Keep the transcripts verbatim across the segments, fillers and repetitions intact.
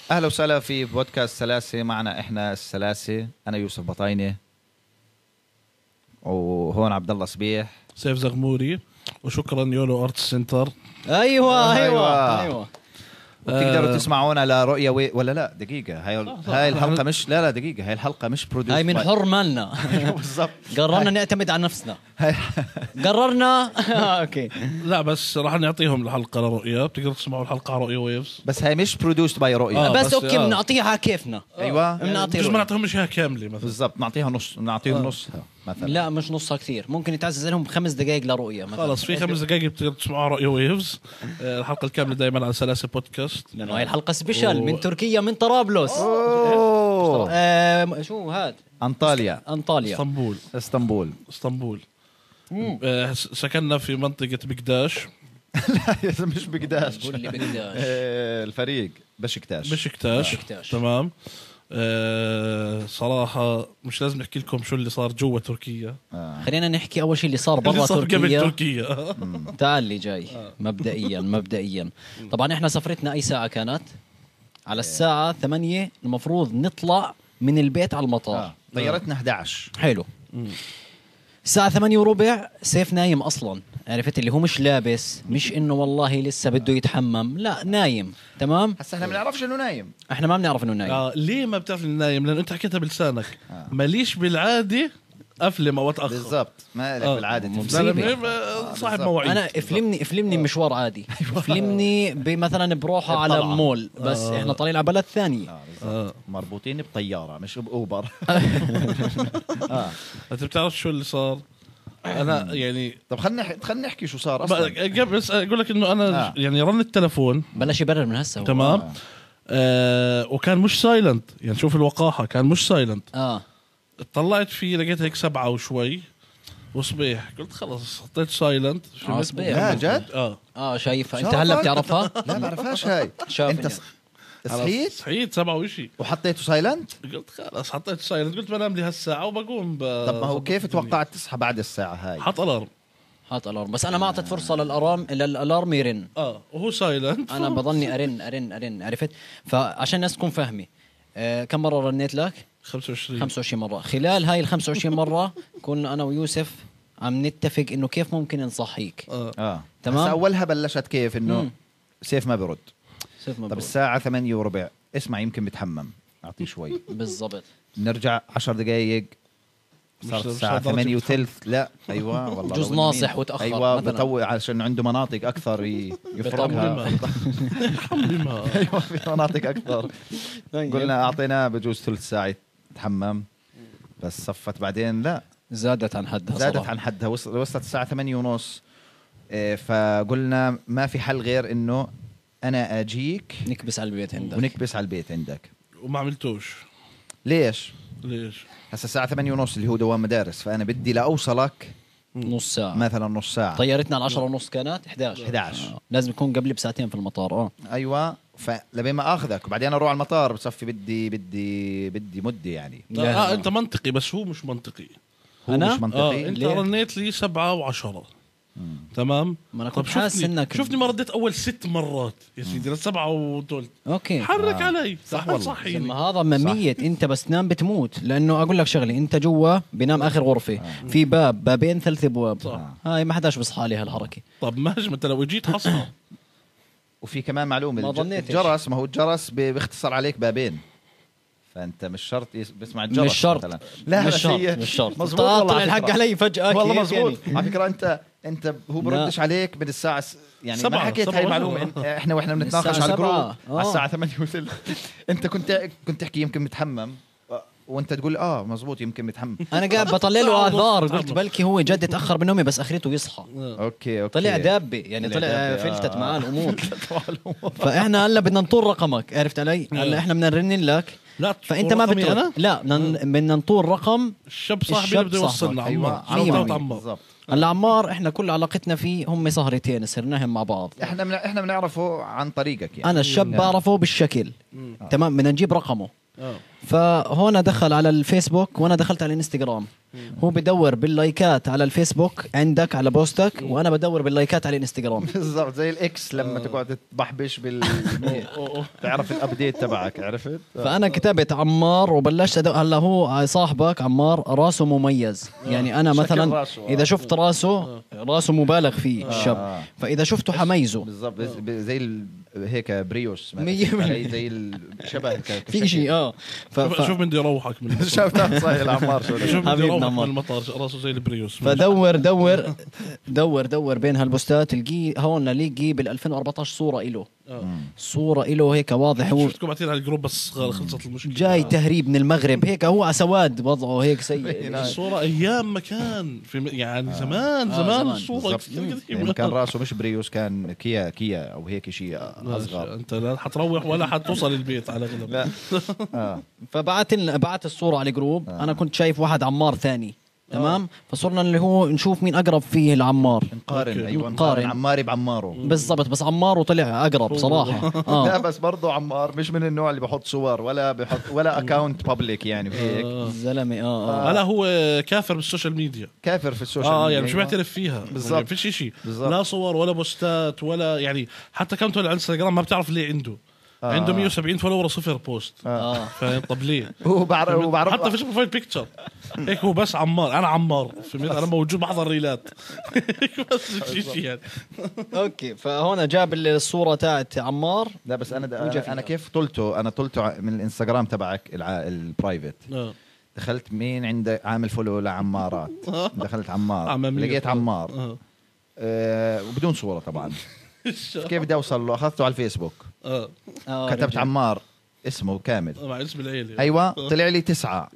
أهلا وسهلا في بودكاست سلاسة. معنا إحنا السلاسة، أنا يوسف بطاينة، وهون عبد الله صبيح، سيف زغموري، وشكرا يولو ارت سنتر. ايوه ايوه ايوه وبتقدروا آه. تسمعونا لرؤية وي... ولا لا دقيقة، هاي هاي الحلقة مش لا لا دقيقة، هاي الحلقة مش بروديوس، هاي من حر مالنا. بالضبط. قررنا نعتمد على نفسنا. قررنا اوكي. لا بس راح نعطيهم الحلقه لرؤيا، بتقدروا تسمعوا الحلقه على رؤيا ويفز. بس هاي مش بروديوست باي رؤية. آه. بس, بس اوكي آه. بنعطيها على كيفنا. ايوه بنعطي يعني رؤية. ما نعطيهم مش كامله مثلا. بالضبط، نعطيها نص، نعطيهم آه. نصها مثلا. لا مش نصها كثير، ممكن يتعزز لهم بخمس دقائق لرؤية مثلا. خلاص في خمس دقائق بتقدروا تسمعوا على رؤيا ويفز. آه، الحلقه الكامله دائما على سلاسه بودكاست. لانه هاي الحلقة سبيشال و- من تركيا، من طرابلس. أوه. آه شو هاد؟ أنطاليا، انطاليا. اسطنبول اسطنبول. اسطنبول. آه، س- سكننا في منطقه بقداش. لا مش بقداش. قول لي بقداش. آه، الفريق بشكتاش. بشكتاش. بشكتاش. تمام. آه، صراحه مش لازم نحكي لكم شو اللي صار جوا تركيا. آه. خلينا نحكي اول شيء اللي صار برا اللي صار قبل تركيا. تركيا. تعال لي جاي مبدئيا مبدئيا طبعا احنا سفرتنا اي ساعة كانت؟ على الساعة ثمانية المفروض نطلع من البيت على المطار. آه. طيارتنا إحدى عشر. حلو. الساعة ثمانية وربع سيف نايم أصلا، عرفت اللي هو مش لابس، مش إنه والله لسه بده يتحمم، لا نايم. تمام. هسا احنا ما بنعرفش انه نايم. احنا ما بنعرف إنه نايم. آه ليه ما بتعرف اني نايم؟ لانه انت حكيتها بلسانك. آه. ماليش بالعاده افلم او اتاخر. بالضبط، ما لك آه. بالعاده لا، تفصيل. لا، آه. صاحب بالضبط. مواعيد. انا افلمني افلمني مشوار عادي، افلمني مثلا بروحه على طلعة. مول، بس آه. احنا طالعين على بلد ثاني. آه بالضبط. مربوطين بطياره مش باوبر. آه. انت بتعرف شو اللي صار؟ انا يعني طب خلينا خلينا نحكي شو صار اصلا. قبل بس اقول لك انه انا آه. يعني رن التلفون. بلش يبرر من هسه. تمام. آه. آه وكان مش سايلنت، يعني شوف الوقاحه، كان مش سايلنت. اه طلعت فيه لقيت هيك سبعة وشوي وصبيح، قلت خلص حطيت سايلنت. آه، صبيح. لا جد؟ اه اه شايفها انت شرفك. هلا بتعرفها. لا بعرفهاش هاي. شاف انت إني- ص- صحيت صحيت سبعة وشي. وحطيته سايلنت؟ قلت خلاص حطيت سايلنت، قلت بنام لي هالساعة وبقوم ب... طب ما هو كيف توقعت تصحى بعد الساعه هاي؟ حط الارم. حاط الارم، بس انا ما اعطيت فرصه للارام للالارم يرن. اه وهو سايلنت. انا بضلني ارن ارن ارن، عرفت؟ فعشان الناس تكون فاهمه، آه كم مره رنيت لك؟ خمسة وعشرين. خمسة وعشرين مره. خلال هاي ال خمسة وعشرين مره كنا انا ويوسف عم نتفق انه كيف ممكن نصحيك. اه اه تمام. هسا اولها بلشت كيف انه مم. سيف ما برد. سيف طب مبروك. الساعه ثمانية وربع، اسمع يمكن بتحمم، اعطيه شوي. بالضبط. نرجع عشر دقائق، صارت مش- مش الساعة لدرجة ثمانية وثلث. لا أيوة والله جوز لو إنه ناصح مين. وتأخر أيوة مثلاً. بطوع عشان عنده مناطق أكثر ي- يفرقها. حممها. أيوة في مناطق أكثر. قلنا أعطيناه بجوز ثلث ساعة يتحمم، بس صفت بعدين لا، زادت عن حدها زادت صراحة. عن حدها، وصل- وصلت الساعة ثمانية ونص. إيه، فقلنا ما في حل غير إنه أنا أجيك نكبس على البيت عندك. ونكبس على البيت عندك. وما عملتوش. ليش؟ ليش؟ هسا الساعة ثمانية ونص اللي هو دوام مدارس، فأنا بدي لأوصلك نص ساعة. مثلا نص ساعة. طيارتنا على عشرة ونص كانت إحدى عشر. إحدى عشر. آه. لازم يكون قبل بساعتين في المطار. اه ايوه، فلبين ما اخذك وبعدين اروح على المطار بصفي بدي بدي بدي مده يعني. لا. اه انت منطقي بس هو مش منطقي. هو أنا؟ مش منطقي. اه انت ليه؟ رنيت لي سبعة وعشرة. تمام. ما أنا طب كنت حاسس شوفني إنك- شوفني ما رديت اول ست مرات يا سيدي لسبعة وثلث. اوكي. حرك علي صح والله. صحيني. لما هذا مميت انت بس تنام بتموت، لانه اقول لك شغله، انت جوا بنام اخر غرفه في باب بابين ثلاث ابواب. صح. هاي ما حداش بصحى لي هالحركه. طب ماشي، ما انت لو جيت حصل. وفي كمان معلومه، ما الج- ظنيتش. الجرس، ما هو الجرس ب- بيختصر عليك بابين، فانت مش شرط يس- بسمع الجرس مش شرط. مثلا. لا مش بس شرط هي مش شرط مزبوط طلع والله على الحق فكرة. علي فجاه. والله كيف مزبوط يعني؟ على فكره. انت انت هو بردش عليك من الساعه س... يعني ما سبعة، حكيت سبعة هاي المعلومه. وسبعة. إن- احنا واحنا من بنتناقش الساعة على الجروب سبعة. آه. على الساعه ثمانية وثلث انت كنت كنت تحكي يمكن متحمم، وانت تقول اه مزبوط يمكن متحمم. انا قاعد بطلع له ساعة ونص اعذار، تعمل. قلت بلكي هو جد اتاخر بنومي بس اخرته يصحى. اوكي اوكي طلع دابه يعني، طلع طلع دابة، فلتت آه. معاه الامور. فاحنا هلا بدنا نطول رقمك، عرفت علي؟ هلا احنا بدنا نرن لك، لا فانت ما رقمي بترد. أنا؟ لا بدنا بدنا نطول رقم الشاب صاحبي الشاب اللي بده يوصلنا. صاحبك. عمار ايوه مية شوط بالمية. عمار. بالضبط. هلا عمار احنا كل علاقتنا فيه هم سهرتين سرناهم مع بعض. احنا من... احنا بنعرفه عن طريقك يعني. انا الشاب نعم. بعرفه بالشكل. تمام، بدنا نجيب رقمه. اه فهون دخل على الفيسبوك وانا دخلت على الانستغرام. هو بدور باللايكات على الفيسبوك عندك على بوستك، وانا بدور باللايكات على الانستغرام. بالضبط زي الاكس لما تقعد تبحبش بال تعرف الابديت تبعك، عرفت؟ فانا كتبت عمار وبلشت أدو... هلا هو صاحبك عمار راسه مميز، يعني انا مثلا راسه. اذا شفت راسه راسه مبالغ فيه الشاب، فاذا شفته حميزه بالضبط زي ال... هيك بريوس مية بالمية. زي الشبه في شيء اه ف... ف... شوف من بدي اروحك من شفت صحيح العمار شو شوف بدي اروحك من المطار راسه زي البريوس. فدور دور دور دور بين هالبوستات تلقيه هون لقي بال ألفين وأربعة عشر صوره إله صوره إله هيك واضح. هو شفتكم بعتين على الجروب بس خلصت المشكله. جاي تهريب من المغرب هيك، هو على سواد وضعه هيك سيء. الصوره ايام ما كان في يعني زمان زمان الصوره يعني كان راسه مش بريوس، كان كيا كيا او هيك شيء اصغر. انت لا حتروح ولا حتوصل البيت على غلب. لا آه. فبعت بعت الصوره على الجروب. آه. انا كنت شايف واحد عمار ثاني تمام، فصرنا اللي هو نشوف مين اقرب فيه العمار، نقارن. ايوه نقارن عماري بعماره بالضبط، بس عماره طلع اقرب صراحه. آه. لا بس برضه عمار مش من النوع اللي بحط صور ولا بحط ولا اكاونت بابليك يعني هيك زلمه. اه هلا هو كافر بالسوشيال ميديا، كافر في السوشيال اه ميديا يعني مش بيعترف فيها بالضبط، فيش شيء لا صور ولا بوستات ولا يعني حتى كانت على الانستغرام ما بتعرف ليه عنده آه. عنده مية وسبعين فولور صفر بوست. اه فاهم؟ طب ليه؟ هو بعرف هو بعرف حتى فيش بروفايل بيكتشر هيك، هو بس عمار. انا عمار فهمت، انا موجود بحضر ريلات بس في شيء يعني. اوكي فهون جاب الصوره تاعت عمار. لا بس انا انا, أنا كيف طلته انا طلته من الانستغرام تبعك البرايفت. آه. دخلت مين عنده عامل فولو لعمارات، دخلت عمار لقيت عمار آه. آه وبدون صوره طبعا. كيف بدي اوصل له؟ اخذته على الفيسبوك اه كتبت عمار اسمه كامل مع اسم العيله. ايوه طلع لي تسعة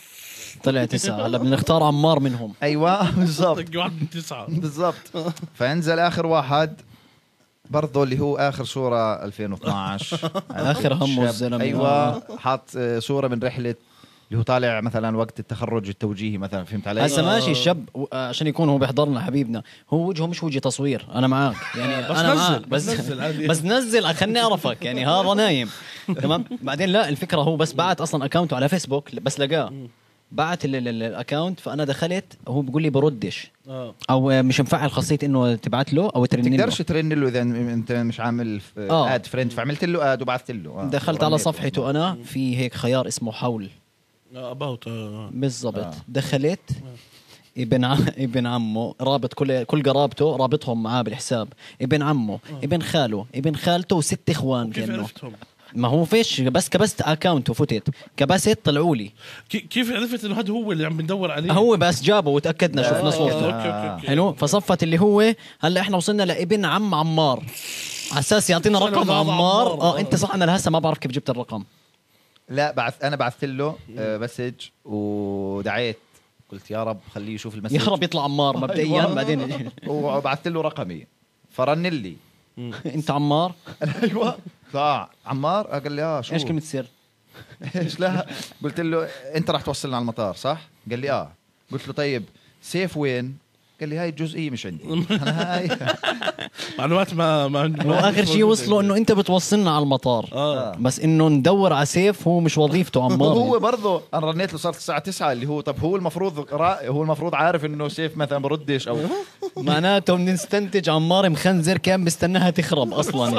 طلع تسعة. هلا بدنا نختار عمار منهم. ايوه بالضبط واحد من تسعة بالضبط. فانزل اخر واحد برضه اللي هو اخر صوره ألفين واثناشر اخر همه الزلمه. ايوه حاط صوره من رحله اللي هو طالع مثلا وقت التخرج التوجيهي مثلا، فهمت علي؟ هسه ماشي الشاب عشان يكون هو بيحضرنا حبيبنا، هو وجهه مش وجه تصوير، انا معاك يعني بس انا نزل معاك بس بس نزل بس نزل خلني اعرفك يعني هذا نايم تمام. بعدين لا الفكره هو بس بعت اصلا اكاونته على فيسبوك بس لقاه بعت الاكاونت، فانا دخلت هو بيقول لي بردش او مش مفعل خاصيه انه تبعت له او ترن له. تقدرش ترن له اذا انت مش عامل آه. اد فريند، فعملت له اد وبعثت له آه. دخلت على صفحته انا في هيك خيار اسمه حول اباوت بالضبط. آه. دخلت آه. ابن عم ابن عمه رابط كل كل قرابته رابطهم معاه بالحساب، ابن عمه آه. ابن خاله ابن خالته وست اخوان. كيف عرفتهم؟ ما هو فيش بس كبست اكاونت وفتت كبست طلعوا لي. كيف عرفت انه هذا هو اللي عم بندور عليه؟ هو بس جابه وتاكدنا شفنا صورته. آه. حلو. فصفت اللي هو هلا احنا وصلنا لابن عم عمار على اساس يعطينا رقم عمار. اه انت صح، انا لهسه ما بعرف كيف جبت الرقم. لا بعث انا بعثت له مسج ودعيت قلت يا رب خليه يشوف المسج يا رب يطلع عمار مبدئيا. بعدين وبعثت له رقمي فرن لي انت عمار؟ ايوه صح عمار. قال لي اه شو ايش كلمه سر؟ ايش لا قلت له انت راح توصلنا على المطار صح؟ قال لي اه. قلت له طيب سيف وين؟ قال لي هاي الجزئيه مش عندي انا هاي معلومات ما ما واخر شيء وصلوا انه انت بتوصلنا على المطار آه. بس انه ندور على سيف هو مش وظيفته عمار. هو برضه انا رنيت له صارت الساعه تسعة اللي هو طب هو المفروض هو المفروض عارف انه سيف مثلا بردش او معناته بنستنتج عمار مخنزر كان بيستناها تخرب اصلا.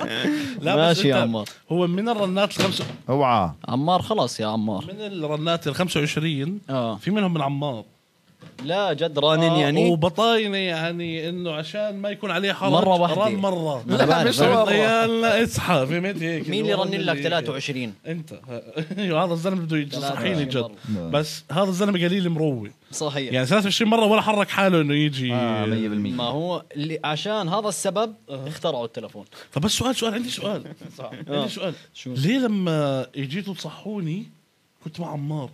لا ماشي يا عمار. هو من الرنات الخمسة اوعى عمار خلاص يا عمار من الرنات الخمسة وعشرين آه. في منهم من عمار. لا جد رانين آه يعني وبطاينه يعني انه عشان ما يكون عليه حرج مره واحده ران مره. لا مش يلا اصحى فهمت هيك. مين اللي رن لك ثلاثة وعشرين؟ انت. هذا الزلمه بده يصحيني جد. بس هذا الزلمه قليل مروي صحيح يعني ثلاثة وعشرين مره ولا حرك حاله انه يجي آه مية بالمية. ما هو اللي عشان هذا السبب آه. اخترعوا التلفون. فبس سؤال سؤال عندي سؤال صح. عندي سؤال شو؟ ليه لما اجيتوا تصحوني كنت مع عمار؟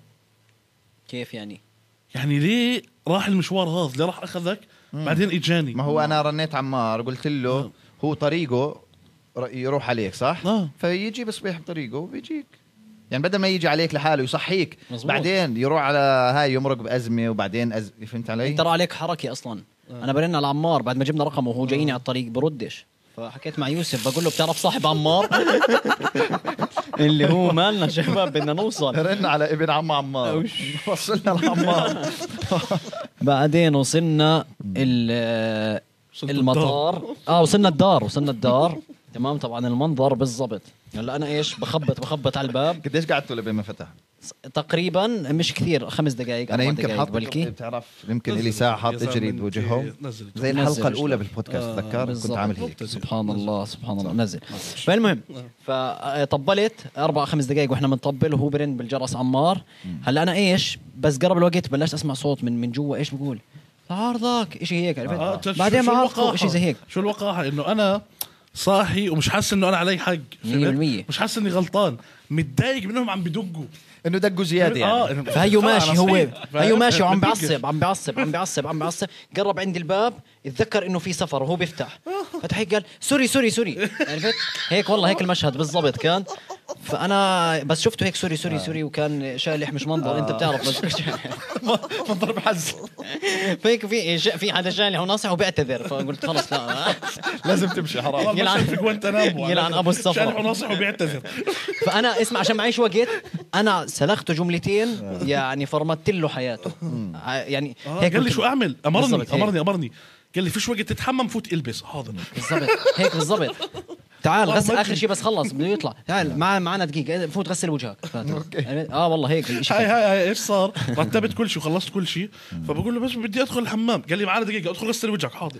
كيف يعني؟ يعني ليه راح المشوار هذا اللي راح اخذك مم. بعدين اجاني؟ ما هو انا رنيت عمار قلت له آه. هو طريقه يروح عليك صح آه. فيجي بصبيح بطريقه وبيجيك يعني بدل ما يجي عليك لحاله يصحيك مزبوط. بعدين يروح على هاي يمرق بأزمة وبعدين أز... فهمت علي؟ ترى عليك حركة أصلا آه. أنا برن على عمار بعد ما جبنا رقمه وهو جايني على الطريق بردش فحكيت مع يوسف بقول له بتعرف صاحب عمار اللي هو مالنا شباب بدنا نوصل. رن على ابن عم عمار وصلنا لعمار. بعدين وصلنا المطار اه وصلنا الدار وصلنا الدار تمام. طبعا المنظر بالضبط. هلا انا ايش بخبط بخبط على الباب. قديش قعدتوا لبين ما فتح؟ تقريبا مش كثير خمس دقائق. انا يمكن حاط بتعرف يمكن لي ساعه حاط اجري بوجههم زي الحلقه الاولى بالبودكاست تذكر كنت عامل هيك. سبحان الله سبحان الله نزل. فالمهم فطبلت اربع خمس دقائق واحنا بنطبل وهو برن بالجرس عمار. هلا انا ايش بس قرب الوقت بلشت اسمع صوت من من جوا ايش بقول عرضك شيء هيك عرفت. بعدين ما عرفوا شيء زي هيك. شو الوقاحه انه انا صاحي ومش حاسس انه انا علي حق مية بالمية. مش حاسس اني غلطان متضايق منهم عم بدقوا انه دقوا زياده يعني. آه فهيو ماشي هو هيو ماشي وعم بيعصب عم بيعصب عم بيعصب عم بيعصب. قرب عند الباب اتذكر انه في سفر وهو بيفتح فتح هيك قال سوري سوري سوري عرفت هيك والله هيك المشهد بالضبط كان. فانا بس شفته هيك سوري سوري سوري وكان شالح مش منظر. انت بتعرف بس منظر بحز. فيك في في حدا شالح وناصح وبيعتذر فقلت خلص لا لازم تمشي حرام. يلعن في جوانتنامو يلعن ابو السفر شالح وناصح وبيعتذر. فانا اسمع عشان معيش وقت انا سلخته جملتين يعني فرمت له حياته يعني هيك. قال لي شو اعمل امرني امرني امرني قال لي فيش وقت تتحمم فوت البس. حاضر بالضبط هيك بالضبط. تعال غسل اخر شيء بس خلص بده يطلع. تعال مع معنا دقيقه فوت غسل وجهك. اه والله هيك هاي هاي ايش صار. رتبت كل شيء وخلصت كل شيء فبقول له بس بدي ادخل الحمام. قال لي معنا دقيقه ادخل غسل وجهك. حاضر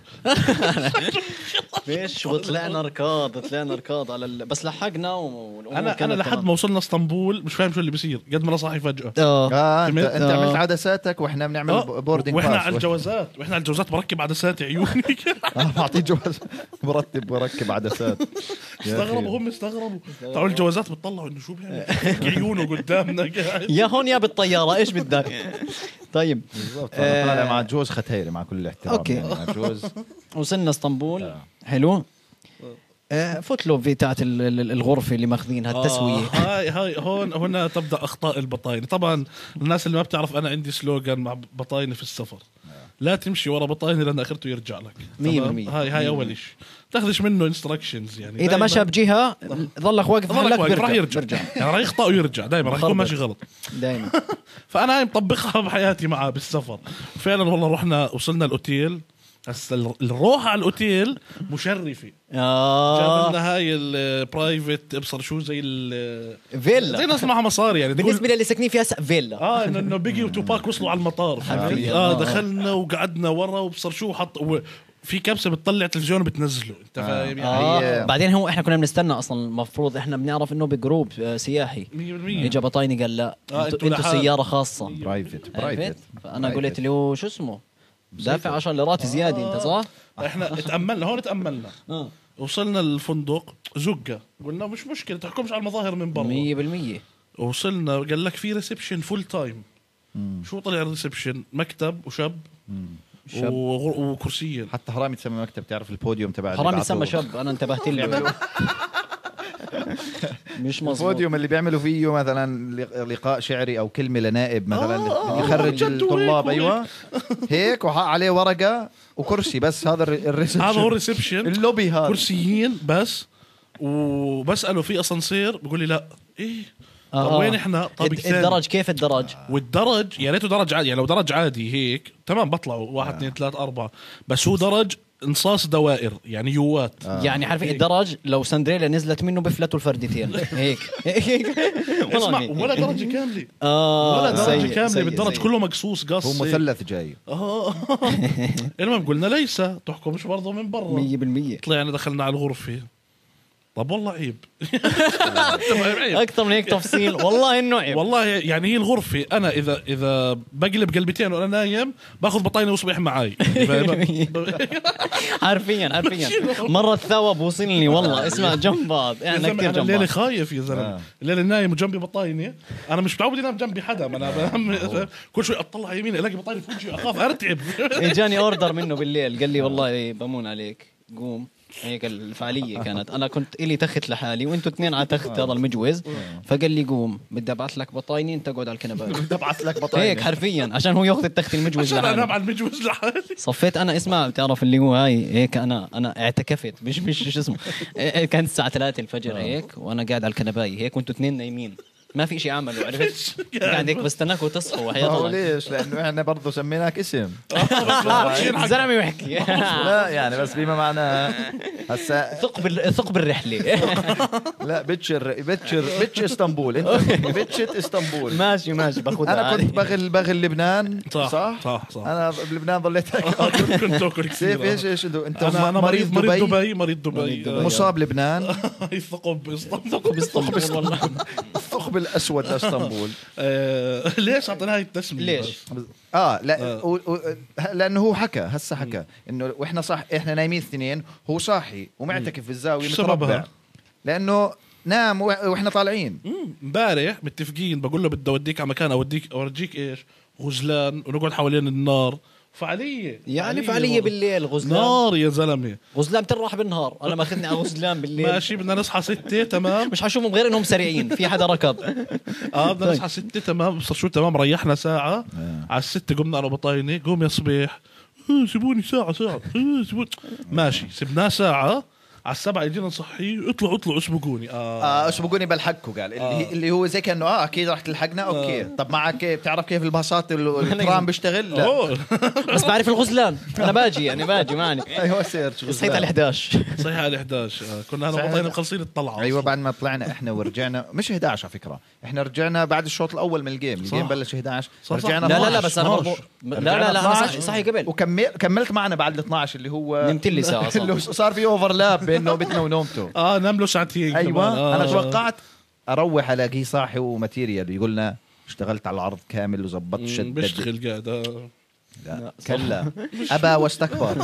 فيش وطلعنا ركاض طلعنا ركاض على ال... بس لحقنا والامور انا انا لحد ما وصلنا اسطنبول مش فاهم شو اللي بيصير قد ما انا صاحي فجاه. اه انت, انت عملت عدساتك واحنا بنعمل بوردنج واحنا على الجوازات واحنا على الجوازات بركب عدسات عيوني. اه بعطيه جواز مرتب بركب عدسات. استغربوا هم استغربوا تعالوا الجوازات بتطلعوا انه شو بيعمل عيونه قدامنا قاعد يا هون يا بالطياره ايش بدك. طيب بالضبط انا طالع مع جوز ختيري مع كل الاحترام. اوكي يعني جوز وصلنا اسطنبول. حلو. آه فوت له في تاعت الغرفه اللي ماخذينها التسويه. آه هاي هاي هون هنا تبدا اخطاء البطاينه. طبعا الناس اللي ما بتعرف انا عندي سلوغان مع بطاينه في السفر لا تمشي ورا بطاينه لان اخرته يرجع لك. مية بالمية. هاي هاي اول شيء تاخذش منه انستراكشنز يعني اذا مشى بجهه ظلك واقف هلك راح يرجع, يرجع. يعني راح يخطأ ويرجع دائما راح يكون ماشي غلط دائما. فانا هاي مطبقها بحياتي معه بالسفر فعلا. والله رحنا وصلنا الاوتيل هسه الروحه على الاوتيل مشرفه. اه جاب لنا هاي البرايفت ابصر شو زي فيلا زي ناس معها مصاري يعني بالنسبه للي ساكنين فيها فيلا. اه انه بيجي وتوباك وصلوا على المطار. اه دخلنا وقعدنا ورا وبصر شو حط في كبسه بتطلع تلفزيون وبتنزله انت فاهم يعني. آه. بعدين هو احنا كنا بنستنى اصلا المفروض احنا بنعرف انه بجروب سياحي مية بالمية. اجى بطايني قال لا آه انتوا انتو سياره خاصه برايفت برايفت. فانا قلت له شو اسمه دافع عشرة ليرات زياده. انت صح. احنا اتاملنا هون اتاملنا آه. وصلنا الفندق زقه قلنا مش مشكله تحكمش على المظاهر من برا مية بالمية. وصلنا قال لك في ريسبشن فول تايم. شو طلع الريسبشن مكتب وشاب شاب وكرسيين. حتى حرام يتسمى مكتب تعرف البوديوم تبع حرام يتسمى شاب. انا انتبهت له مش مظبوط. البوديوم اللي بيعملوا فيه مثلا لقاء شعري او كلمه لنائب مثلا آه يخرج آه الطلاب. ايوه هيك وعليه ورقه وكرسي بس. هذا الريسبشن هذا هو الريسبشن اللوبي هذا كرسيين بس. وبساله في اسانسير بقول لي لا ايه طب آه. وين احنا؟ طب الدرج كيف الدرج؟ والدرج يا ريته درج عادي يعني لو درج عادي هيك تمام بطلعوا واحد آه. اثنين ثلاث أربعة بس هو درج انصاص دوائر يعني يوات آه. يعني عارف الدرج لو سندريلا نزلت منه بفلتوا الفردتين هيك هيك اسمع ولا درجة كاملة آه. ولا درجة كاملة بالدرج كله مقصوص قص هو مثلث جاي. اه المهم قلنا ليس تحكمش برضه من برا مية بالمية. طلعنا دخلنا على الغرفة طب والله عيب اكثر من هيك تفصيل والله انه عيب. والله يعني هي الغرفه انا اذا اذا بقلب قلبتين وانا نايم باخذ بطاينه وصبح معي. حرفيا حرفيا مره الثوب وصلني والله اسمع جنب بعض احنا كثير جنب بعض. الليله خايف يا زلمه الليله نايم وجنبي بطاينه انا مش متعود انام جنبي حدا انا بنام كل شوي اطلع يمين الاقي بطاينه في وجهي اخاف ارتعب. اجاني اوردر منه بالليل قال لي والله بمون عليك قوم هيك الفعاليه كانت. انا كنت الي تخت لحالي وانتوا اثنين على تخت هذا المجوز. فقال لي قوم بدي ابعث لك بطايني انت اقعد على الكنبه. بدي ابعث لك بطايني هيك حرفيا عشان هو ياخذ التخت المجوز عشان انام على المجوز لحالي. صفيت انا اسمع بتعرف اللي هو هاي هيك انا انا اعتكفت مش مش شو اسمه. كانت الساعه ثلاثة الفجر هيك وانا قاعد على الكنباي هيك وانتوا اثنين نايمين ما في شيء عملوا عرفت. قاعد هيك بستناكم تصحوا وحياة الله. ليش؟ لانه احنا برضه سميناك اسم الزلمه يحكي. لا يعني بس بما معناه هسا ثق بال ثق بالرحله. لا بتشر بتشر بتش اسطنبول انت بتشت اسطنبول. ماشي ماشي باخذها. انا كنت بغل بغل لبنان صح صح صح, صح. انا بلبنان ضليت كنت اكل كثير. ايش ايش انت انا مريض مريض دبي مريض دبي مصاب لبنان. ثقب اسطنبول ثقب اسطنبول الثقب الاسود لاسطنبول. ليش اعطينا هاي التسميه؟ ليش؟ اه لا لانه هو حكى هسه حكى انه واحنا صح احنا نايمين اثنين هو صاحي ومعتكف في الزاويه متربع لانه نام واحنا طالعين امبارح متفقين بقول له بدي اوديك على مكان اوديك اورجيك ايش غزلان ونقعد حوالين النار. فعاليه يعني فعاليه بالليل غزلان نار يا زلمه. غزلان بتروح بالنهار انا ماخذني على غزلان بالليل. ماشي بدنا نصحى ستة تمام. مش حشوفهم غير انهم سريعين في حدا ركض. اه بدنا نصحى ستة تمام. بصير شو تمام ريحنا ساعه على الستة قمنا على بطاينه قوم يا صبيح سيبوني ساعه ساعه سيبوني. ماشي سبناه ساعه على السبعة يجينا نصحيه اطلعوا اطلعوا اسبقوني. اه, آه اسبقوني بلحقكم قال اللي, آه. اللي هو زي كانه اه اكيد رح تلحقنا اوكي. آه. طب معك بتعرف كيف الباصات الترام بيشتغل؟ لا بس بعرف الغزلان انا باجي يعني باجي ماني. ايوه سير صحيت على احد عشر. صحيح على احد عشر. آه. كنا انا بطينا مخلصين الطلعه. ايوه بعد ما طلعنا احنا ورجعنا مش احد عشر على فكره احنا رجعنا بعد الشوط الاول من الجيم. الجيم بلش احد عشر رجعنا. لا لا لا بس انا برضو لا لا لا صحي صحي قبل وكمل كملت معنا بعد ال اثناشر اللي هو نمت لي ساعه اللي صار في اوفرلاب بين نومتنا ونوم. اه نام له ساعتين. ايوه آه. انا توقعت اروح الاقيه صاحي وماتيريال يقولنا اشتغلت على العرض كامل وزبطت شد بشتغل قاعد. لا كلا ابى واستكبر.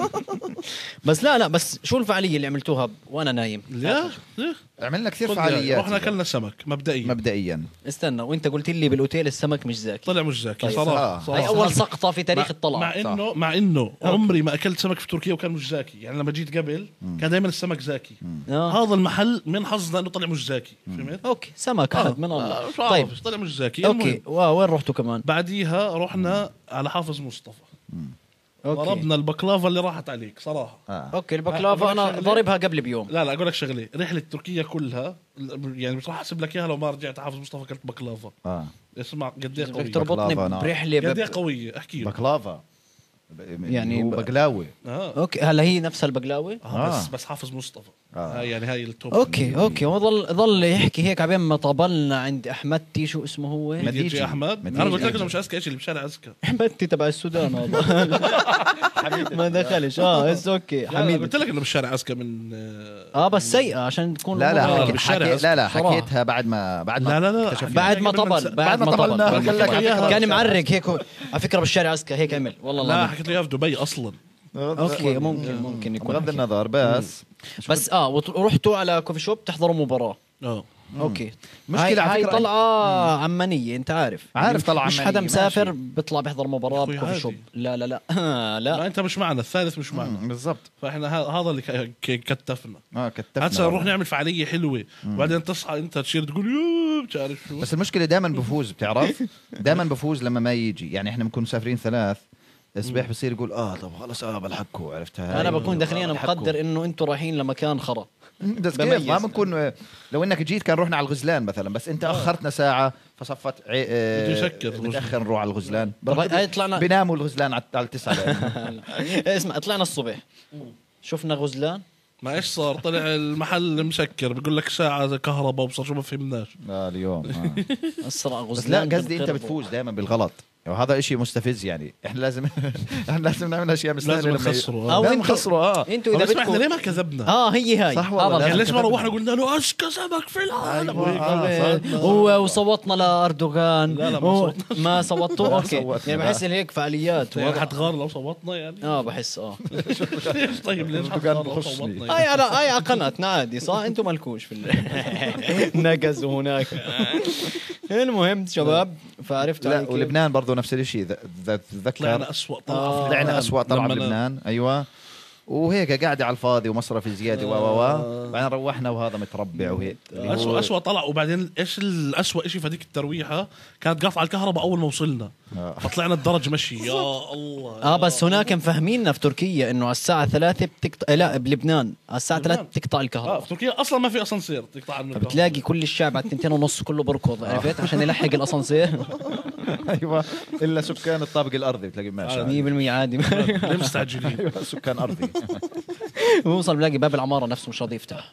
بس لا لا بس شو الفعاليه اللي عملتوها وانا نايم؟ لا عملنا كثير فعاليات. رحنا اكلنا سمك مبدئيا مبدئيا استنى وانت قلت لي بالاوتيل السمك مش زاكي. طلع مش زاكي. طيب. صراحه, صراحة. هاي اول سقطه في تاريخ الطلعه. مع انه صح. مع انه عمري ما اكلت سمك في تركيا وكان مش زاكي. يعني لما جيت قبل مم. كان دائما السمك زاكي. آه. هذا المحل من حظنا انه طلع مش زاكي. فهمت؟ اوكي سمك احد آه. من الله. آه. طيب طلع مش زاكي. اوكي وين رحتوا كمان؟ بعديها رحنا على حافظ مصطفى. ضربنا البقلافه اللي راحت عليك صراحه. آه. اوكي البقلافه انا ضاربها قبل بيوم. لا لا اقول لك شغله رحله تركيا كلها يعني مش راح احسب لك اياها لو ما رجعت حافظ مصطفى كلت بقلافه. اه اسمع قد ايه قويه تربطني برحله قد ايه قويه احكي لك. بقلافه يعني بقلاوه. آه. اوكي هلا هي نفس البقلاوه. آه. آه. بس بس حافظ مصطفى. آه. هاي يعني هاي التوب. اوكي اوكي وظل ظل يحكي هيك عبين ما طبلنا عند احمدتي شو اسمه هو مديجي احمد. انا قلت لك انه مش اسكا ايش اللي بشارع اسكا. احمدتي تبع السودان هذا. ما دخلش اه بس اوكي حميد قلت لك انه بالشارع اسكا من اه بس سيئه عشان تكون لا لا حكي بالشارع لا لا حكيتها بعد ما بعد ما لا لا لا بعد ما طبل بعد ما طبل كان معرق هيك على فكره بالشارع اسكا هيك عمل والله لا حكيت له في دبي اصلا. اوكي ممكن ممكن يكون بغض النظر بس بس اه ورحتوا على كوفي شوب تحضروا مباراه. اه اوكي مشكلة هاي, هاي طلعة عمانية انت عارف عارف طلعة مش حدا مسافر بيطلع بيحضر مباراة بكوفي شوب. لا لا لا لا لا انت مش معنا الثالث مش معنا بالضبط. فاحنا هذا اللي كتفنا اه كتفنا هسه نروح نعمل فعالية حلوة وبعدين تصحى انت تصير تقول يوه بتعرف شو. بس المشكلة دائما بفوز بتعرف دائما بفوز لما ما يجي. يعني احنا بنكون مسافرين ثلاث الصبح بصير يقول اه طب خلص اه بلحقكم عرفتها. انا بكون داخليا مقدر انه انتم رايحين لمكان خرا بس كيف ما بنكون لو انك جيت كان رحنا على الغزلان مثلا بس انت اخرتنا ساعه فصفت عي... اه متاخر نروح على الغزلان. هاي طلعنا بيناموا الغزلان على التسعة. اسمع طلعنا الصبح شفنا غزلان ما ايش صار طلع المحل مسكر بيقول لك ساعه كهرباء وبصر شو ما فهمناش. اه اليوم آه. اسرع غزلان. لا قصدي انت بتفوز دائما بالغلط وهذا إشي مستفز. يعني احنا لازم احنا لازم نعمل اشياء مستاهله لازم نخسروا اه لازم نخسروا اه انتوا اذا بدكم احنا ليه ما كذبنا اه هي هاي صح والله يعني ليش ما روحنا قلنا له اسكى سمك في العالم هو وصوتنا لاردوغان. لا لا ما صوتنا ما صوتوا اوكي يعني بحس ان هيك فعاليات حتغار لو صوتنا يعني اه بحس اه ليش طيب ليش حتغار لو صوتنا هاي انا هاي قناتنا عادي صح انتم مالكوش في النقز وهناك. المهم شباب فعرفتوا لا ولبنان برضو نفس الشيء. تذكر طلعنا أسوأ طلعة طلعنا أسوأ طلعة بلبنان. أيوة وهيك قاعده على الفاضي ومصرف زياده و و بعدين روحنا وهذا متربع وهيك اسوء اسوء طلع. وبعدين ايش الاسوء شيء في هذيك الترويحه كانت قاطعه الكهرباء اول ما وصلنا آه. فطلعنا الدرج مشي يا الله. اه بس هناك مفهميننا في تركيا انه على الساعه ثلاثة بتقطع، لا بلبنان على الساعه ثلاثة بتقطع الكهرباء. اه في تركيا اصلا ما في اسانسير تقطع عنه الكهرباء، بتلاقي كل الشعب على اثنتين ونص كله بركض عرفت عشان يلحق الاسانسير. ايوه الا سكان الطابق الارضي بتلاقي ماشي مية بالمية عادي ليه مستعجلين. ايوه سكان ارضي بوصل بلاقي باب العماره نفسه مش راضي يفتح.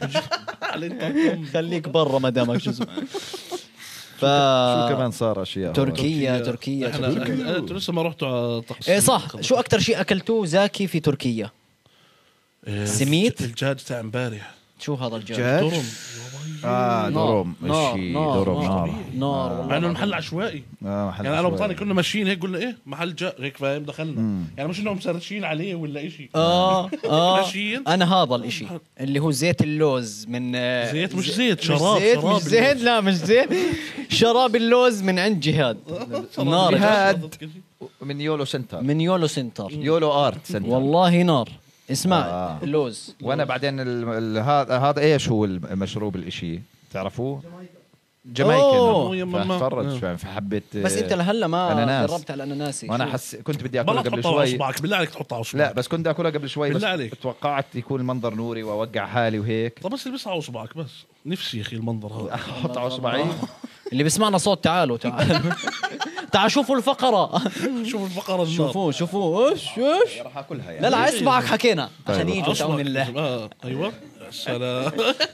خليك برا ما دامك شو ف شو كمان صار اشياء تركيا تركيا تركيا انتوا لسه ما رحتوا على طقس ايه صح. شو اكثر شيء اكلتوه زاكي في تركيا؟ سميت الدجاج تاع امبارح. شو هذا الدجاج؟ درم اه درم ماشي درم نار نار والله. مع انه محل عشوائي آه محل يعني انا وبطاني كنا ماشيين هيك قلنا ايه محل جاء هيك فاهم دخلنا مم. يعني مش انهم مسرشين عليه ولا شيء اه اه ماشيين. انا هذا الاشي اللي هو زيت اللوز من زيت مش زيت شراب مش زيت شراب مش زيت لا مش زيت شراب اللوز من عند جهاد نار. جهاد من يولو سنتر من يولو سنتر يولو ارت سنتر والله نار. اسمع آه. اللوز. وانا بعدين هذا هذا ايش هو المشروب الاشي تعرفوه؟ جامايكن. فرج فحبيت بس انت لهلا ما جربت على الاناناسي. وانا حس كنت بدي اكلها قبل شوي. اصبعك بالله عليك تحطها على اصبعك. لا بس كنت اكلها قبل شوي بس توقعت يكون المنظر نوري واوقع حالي وهيك. طب بس البس على اصبعك بس نفسي يا اخي المنظر هذا. احط على اصبعي. اللي بيسمعنا صوت تعالوا تعالوا تعالوا شوفوا الفقره. شوفوا الفقره شوفوا شوفوا ايش ايش راح اكلها يعني. لا لا اصبعك حكينا عشان يجوا تعون الله. ايوه السلام.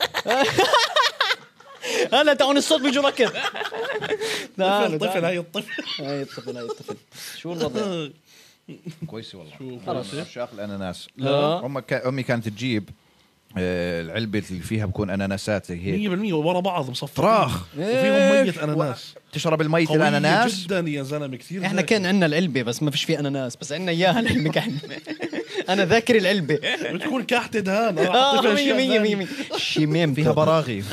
هلا تعون الصوت بيجوا ركض. طفل طفل هاي الطفل هاي الطفل هاي الطفل. شو الوضع؟ كويس والله. خلاص عشاق الاناناس. امي امي كانت تجيب العلبة اللي فيها بكون اناناسات زي هيك مية بالمية ورا بعض مصفطين فراخ وفيهم مية اناناس. تشرب المية الاناناس جدا يا زلمه كثير. احنا كان عندنا العلبة بس ما فيش فيه اناناس بس عندنا اياها العلبة كحل. انا ذاكر العلبة بتكون كحت دهان. اه مية مية مية مية شيمين فيها براغي.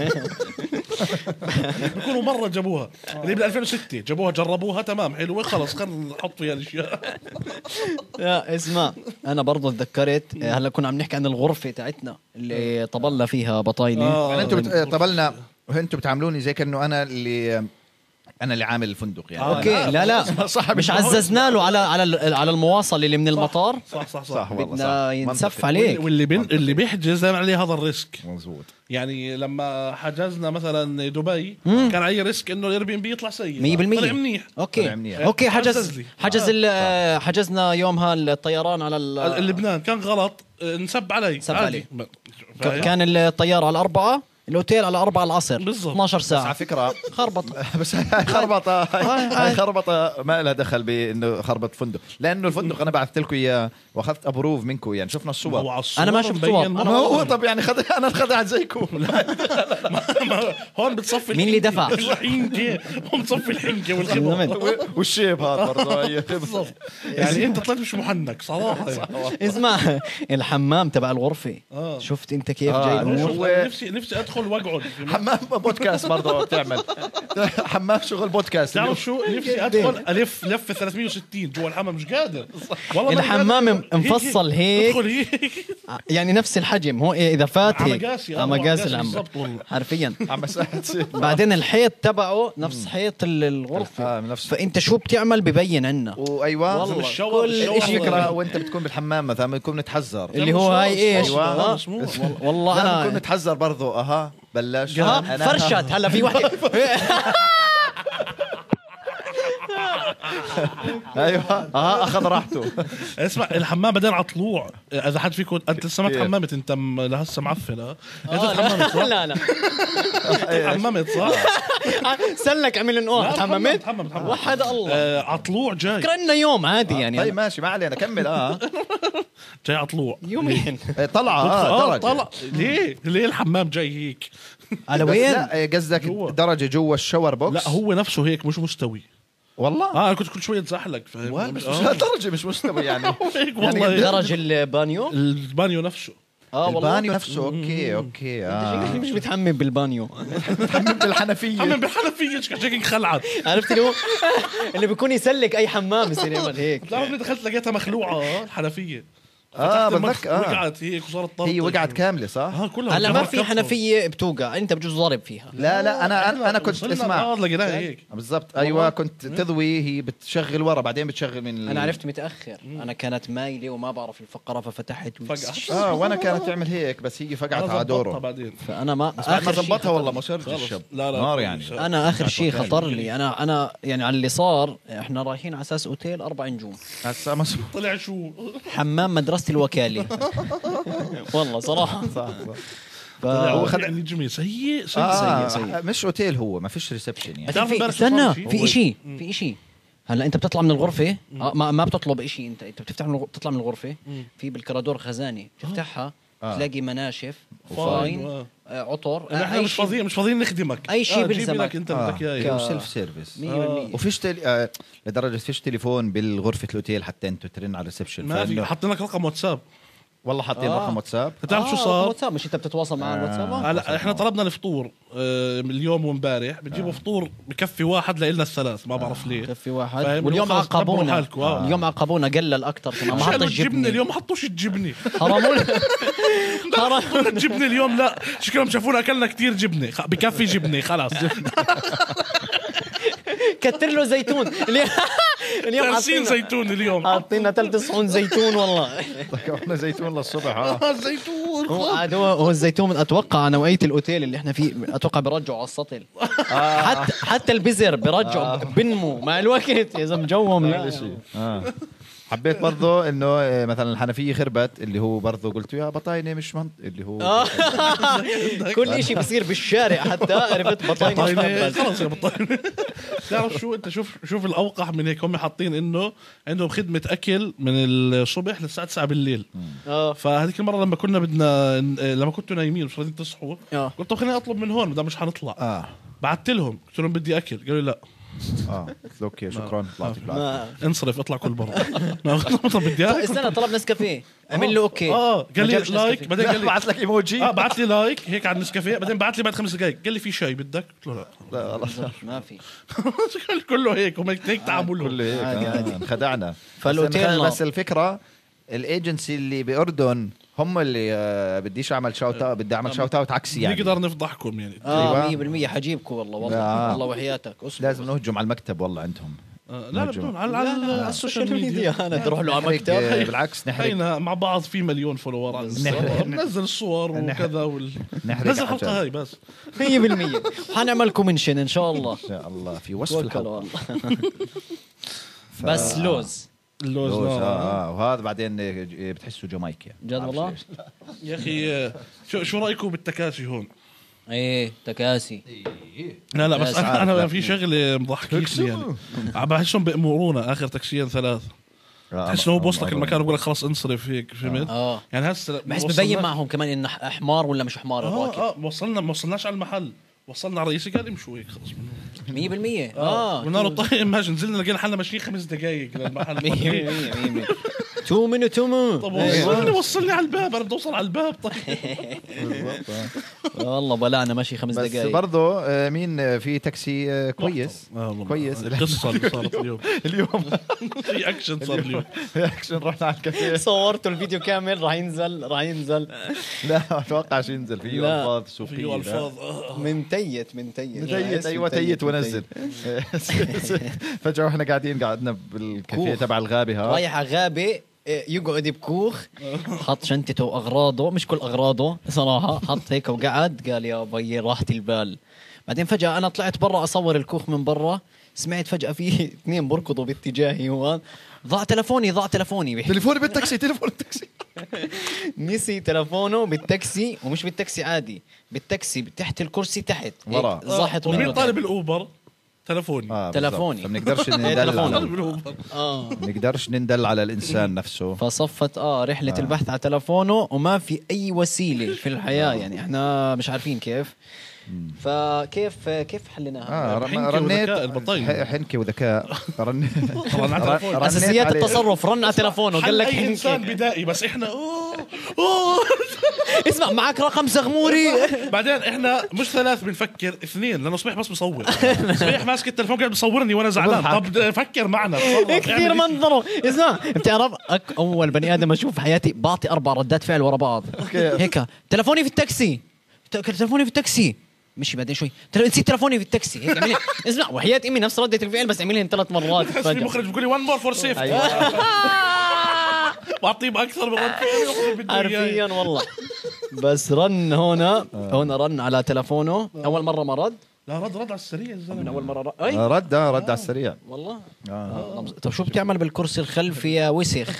بيكونوا مرة جابوها اللي بال ألفين وستة جابوها جربوها تمام حلوة خلص خلينا نحط فيها الاشياء. لا اسمع انا برضو تذكرت هلا كنا عم نحكي عن الغرفة تاعتنا اللي طبلنا فيها بطاينة. آه يعني انتم بت... طبلنا وانتم بتعاملوني زي كأنه انا اللي انا اللي عامل الفندق يعني. آه اوكي لا لا صح مش عززنا له على على على المواصله اللي من المطار. صح صح صح بدنا ينسف عليك. واللي بين اللي بيحجز عليه هذا الريسك مزبوط. يعني لما حجزنا مثلا دبي مم. كان علي ريسك انه الاير بي ام بي يطلع سيء مية بالمية. طلع منيح. اوكي منيح. اوكي حجز حجز آه. حجزنا يومها الطيران على لبنان كان غلط نسب علي سب علي. كان الطياره على أربعة الاوتيل على أربعة العصر بالضبط اثناشر ساعة. بس على فكرة خربطة. بس هاي خربطة هاي خربطة ما لها دخل بانه خربط فندق لانه الفندق انا بعثت لكم اياه واخذت ابروف منكم يعني شفنا الصور. انا ما شفت صور. ما هو طب يعني خد انا انخدعت زيكم. هون بتصفي مين اللي دفع الحنكة هون بتصفي الحنكة والخبر والشيب هذا برضه بالضبط. يعني انت طلعت مش محنك صراحة. اسمع الحمام تبع الغرفة شفت انت كيف جاي الامور. نفسي نفسي ادخل واقعد حمام بودكاست برضه بتعمل حمام شغل بودكاست. تعرف شو نفسي ادخل الف لف ثلاثمية وستين جوا الحمام مش قادر والله. الحمام مفصل هيك يعني نفس الحجم هو اذا فات هيك مقاس العم حرفيا. بعدين الحيط تبعه نفس حيط الغرفه فانت شو بتعمل ببين عنا. وايوه والله كل شيء فكره وانت بتكون بالحمام مثلا بنكون نتحذر اللي هو هاي ايش والله انا بنكون نتحذر برضه. اها بلش فرشت هلا في واحد. ايوه اه اخذ راحته. اسمع الحمام بعدين على طلوع اذا حد فيكم انت لسه ما تحممت انت لهسه معفن. اه انت تحممت صح؟ لا لا تحممت صح؟ سلك عمل نقوح تحممت وحد الله. على طلوع جاي فكرنا يوم عادي يعني. طيب ماشي ما علينا كمل. اه جاي على طلوع يومين طلع اه طلع ليه ليه الحمام جاي هيك على وين؟ لا قصدك درجه جوا الشاور بوكس. لا هو نفسه هيك مش مستوي والله. اه كنت كل شويه اتزحلق فاهم مش آه. درجه مش مستوي يعني. والله يعني درجه البانيو البانيو نفسه. اه والله البانيو نفسه. اوكي اوكي اه مش بتحمم بالبانيو بتحمم بالحنفيه. حمم بالحنفيه شكلك خلعت. عرفت اللي هو اللي بيكون يسلك اي حمام يصير يعمل هيك. بتعرف اني دخلت لقيتها مخلوعه الحنفيه اه بتذكر آه. وقعت هيك وصارت طرطش. هي وقعت كامله صح اه كلها هلا ما في حنفيه بتوقع انت بجوز ضارب فيها. لا لا انا انا, أنا كنت اسمع اه لقيناها هيك بالضبط ايوه كنت تضوي هي بتشغل ورا بعدين بتشغل من انا عرفت متاخر مم. انا كانت مايله وما بعرف الفقره ففتحت فجأة اه وانا كانت تعمل هيك بس هي فقعت على دوره بعدين فانا ما ما زبطها والله ما صارت الشب لا لا نار يعني. انا اخر شيء خطر لي انا انا يعني على اللي صار احنا رايحين على اساس اوتيل اربع نجوم هسه ما طلع شو حمام مدرسه الوكاله والله صراحه صح ف... هو خد نجمي سيء سيء آه سيء سيء مش اوتيل هو ما فيش ريسبشن يعني استنى في شيء في شيء هلا انت بتطلع من الغرفه آه ما, ما بتطلب شيء انت انت بتفتح من بتطلع من الغرفه في بالكرادور خزانه تفتحها آه. تلاقي مناشف وفاين آه. عطر آه احنا مش فاضيين مش فاضيين نخدمك اي شيء آه بلزمك انت بدك اياه سيلف سيرفيس وفيش تل... آه لدرجه فيش تليفون بالغرفه الاوتيل حتى انت ترن على الريسبشن ما في حاطين لك رقم واتساب والله حاطين آه. رقم واتساب بتعرف آه شو صار واتساب مش انت بتتواصل مع الواتساب آه. لا احنا طلبنا الفطور آه اليوم وامبارح بتجيبوا آه. فطور بكفي واحد لنا الثلاث ما بعرف ليه بكفي واحد واليوم عاقبونا آه. اليوم عاقبونا قلل اكثر كمان ما حطوا الجبنه اليوم ما حطوش الجبنه حرامون حرامون الجبنه اليوم لا شكلهم شافونا اكلنا كتير جبنه بكفي جبنه خلاص كتر له زيتون اليوم حاطين زيتون اليوم حاطين ثلاث صحون زيتون والله طيب زيتون للصبح اه زيتون هو هو الزيتون اتوقع نوعيه الاوتيل اللي احنا فيه اتوقع برجعوا على السطل حتى حتى البزر برجعوا بنمو مع الوقت يا زلمه جوهم لا اه حبيت برضه انه مثلا الحنفيه خربت اللي هو برضه قلت يا بطاينه مش منط اللي هو كل شيء بيصير بالشارع حتى عرفت بطاينه خلص يا بطاينه تعرف شو انت شوف شوف الاوقح من هيك هم حاطين انه عندهم خدمه اكل من الصبح للساعه تسعة بالليل اه فهذيك المره لما كنا بدنا لما كنتوا نايمين مش راضيين تصحوا قلت طب خليني اطلب من هون ده مش حنطلع اه بعثت لهم قلت لهم بدي اكل قالوا لي لا اه اوكي شكرا طلعت انصرف اطلع كل برا طب بدي استنى طلب نسكافيه عمل له اوكي اه قال لي لايك بعدين قال لي بعث لك ايموجي اه بعث لي لايك هيك على النسكافيه بعدين بعث لي بعد خمس دقائق قال لي في شاي بدك قلت له لا لا خلاص ما في كله هيك هم هيك تعاملهم كله هيك انخدعنا بس الفكره الايجنسي اللي باردن هم اللي بديش اعمل شاوت اوت بدي اعمل شاوت اوت عكسي يعني نقدر نفضحكم يعني اه مية بالمية حجيبكم والله والله والله وحياتك لازم نهجم على المكتب والله عندهم آه لا بدون على على السوشيال ميديا انا تروح له على المكتب بالعكس نحن احنا مع بعض في مليون فولور على ننزل الصور وكذا وال ننزل حلقه هاي بس مية بالمية وحنعمل كومنشن ان شاء الله ان شاء الله في وصف الحلقه بس لوز اللوز اه, آه وهذا بعدين بتحسوا جامايكا جد والله يا اخي شو شو رايكم بالتكاسي هون ايه تكاسي لا لا بس انا انا في شغله مضحكيش لي يعني عم بحسهم بامورونا اخر تكسيين ثلاث تحس انه بوصلك المكان وبقول لك خلص انصرف هيك فهمت اه يعني هسه بحس ببين معهم كمان انه حمار ولا مش حمار الراكب اه اه وصلنا ما وصلناش على المحل وصلنا على رئيسي قال امشوا هيك خلص منه مية بالمية اه قلنا له طيب ماشي نزلنا لقينا حالنا ماشيين خمس دقائق للمحل مية بالمية تو منو تو منو طب وصلني وصلني على الباب انا بدي اوصل على الباب طيب والله بلعنا ماشي خمس دقائق بس برضه مين في تاكسي كويس كويس القصه اللي صارت اليوم اليوم في اكشن صار اليوم في اكشن رحنا على الكافيه صورته الفيديو كامل راح ينزل راح ينزل لا ما اتوقعش ينزل فيه الفاظ سوقيه فيه الفاظ من تيت من تيت من تيت ايوه تيت ونزل فجاه واحنا قاعدين قعدنا بالكافيه تبع الغابه ها رايح على غابه يقعد بكوخ حط شنطته واغراضه مش كل اغراضه صراحه حط هيك وقعد قال يا بي راحة البال بعدين فجاه انا طلعت برا اصور الكوخ من برا سمعت فجاه في اثنين بركضوا باتجاهي هو ضاع تلفوني ضاع تلفوني تلفوني بالتاكسي تلفون التاكسي نسي تلفونه بالتاكسي ومش بالتاكسي عادي بالتاكسي تحت الكرسي تحت ورا زاحت منه طالب الاوبر تلفوني آه تلفوني ما بنقدرش ندل على اه نقدرش نندل على الانسان نفسه فصفت اه رحله آه. البحث على تلفونه وما في اي وسيله في الحياه يعني احنا مش عارفين كيف فكيف كيف حليناها آه رنيت حنكه وذكاء رنيت اساسيات التصرف رن على تلفونه وقال لك انسان بدائي بس احنا اوه اوه اسمع معك رقم زغموري. بعدين احنا مش ثلاث بنفكر اثنين لانه صبيح بس بصور. صبيح ماسك التليفون قاعد بصورني وانا زعلان. طب فكر معنا كثير منظره. اسمع بتعرف اول بني ادم اشوف في حياتي بعطي اربع ردات فعل ورا بعض هيك. تليفوني في التاكسي، تليفوني في التاكسي، مشي بعدين شوي نسيت تليفوني في التاكسي هيك عملي. اسمع وحياة امي نفس ردة الفعل بس عملهم ثلاث مرات. في مخرج بيقول لي وان مور فور سيف. بعطيه اكثر من رد حرفيا والله. بس رن هنا هنا رن على تلفونه اول مره ما رد. لا رد رد على السريع الزلمه من اول مره رد. أي؟ رد رد على السريع والله. آه. طب شو بتعمل بالكرسي الخلفي يا وسخ؟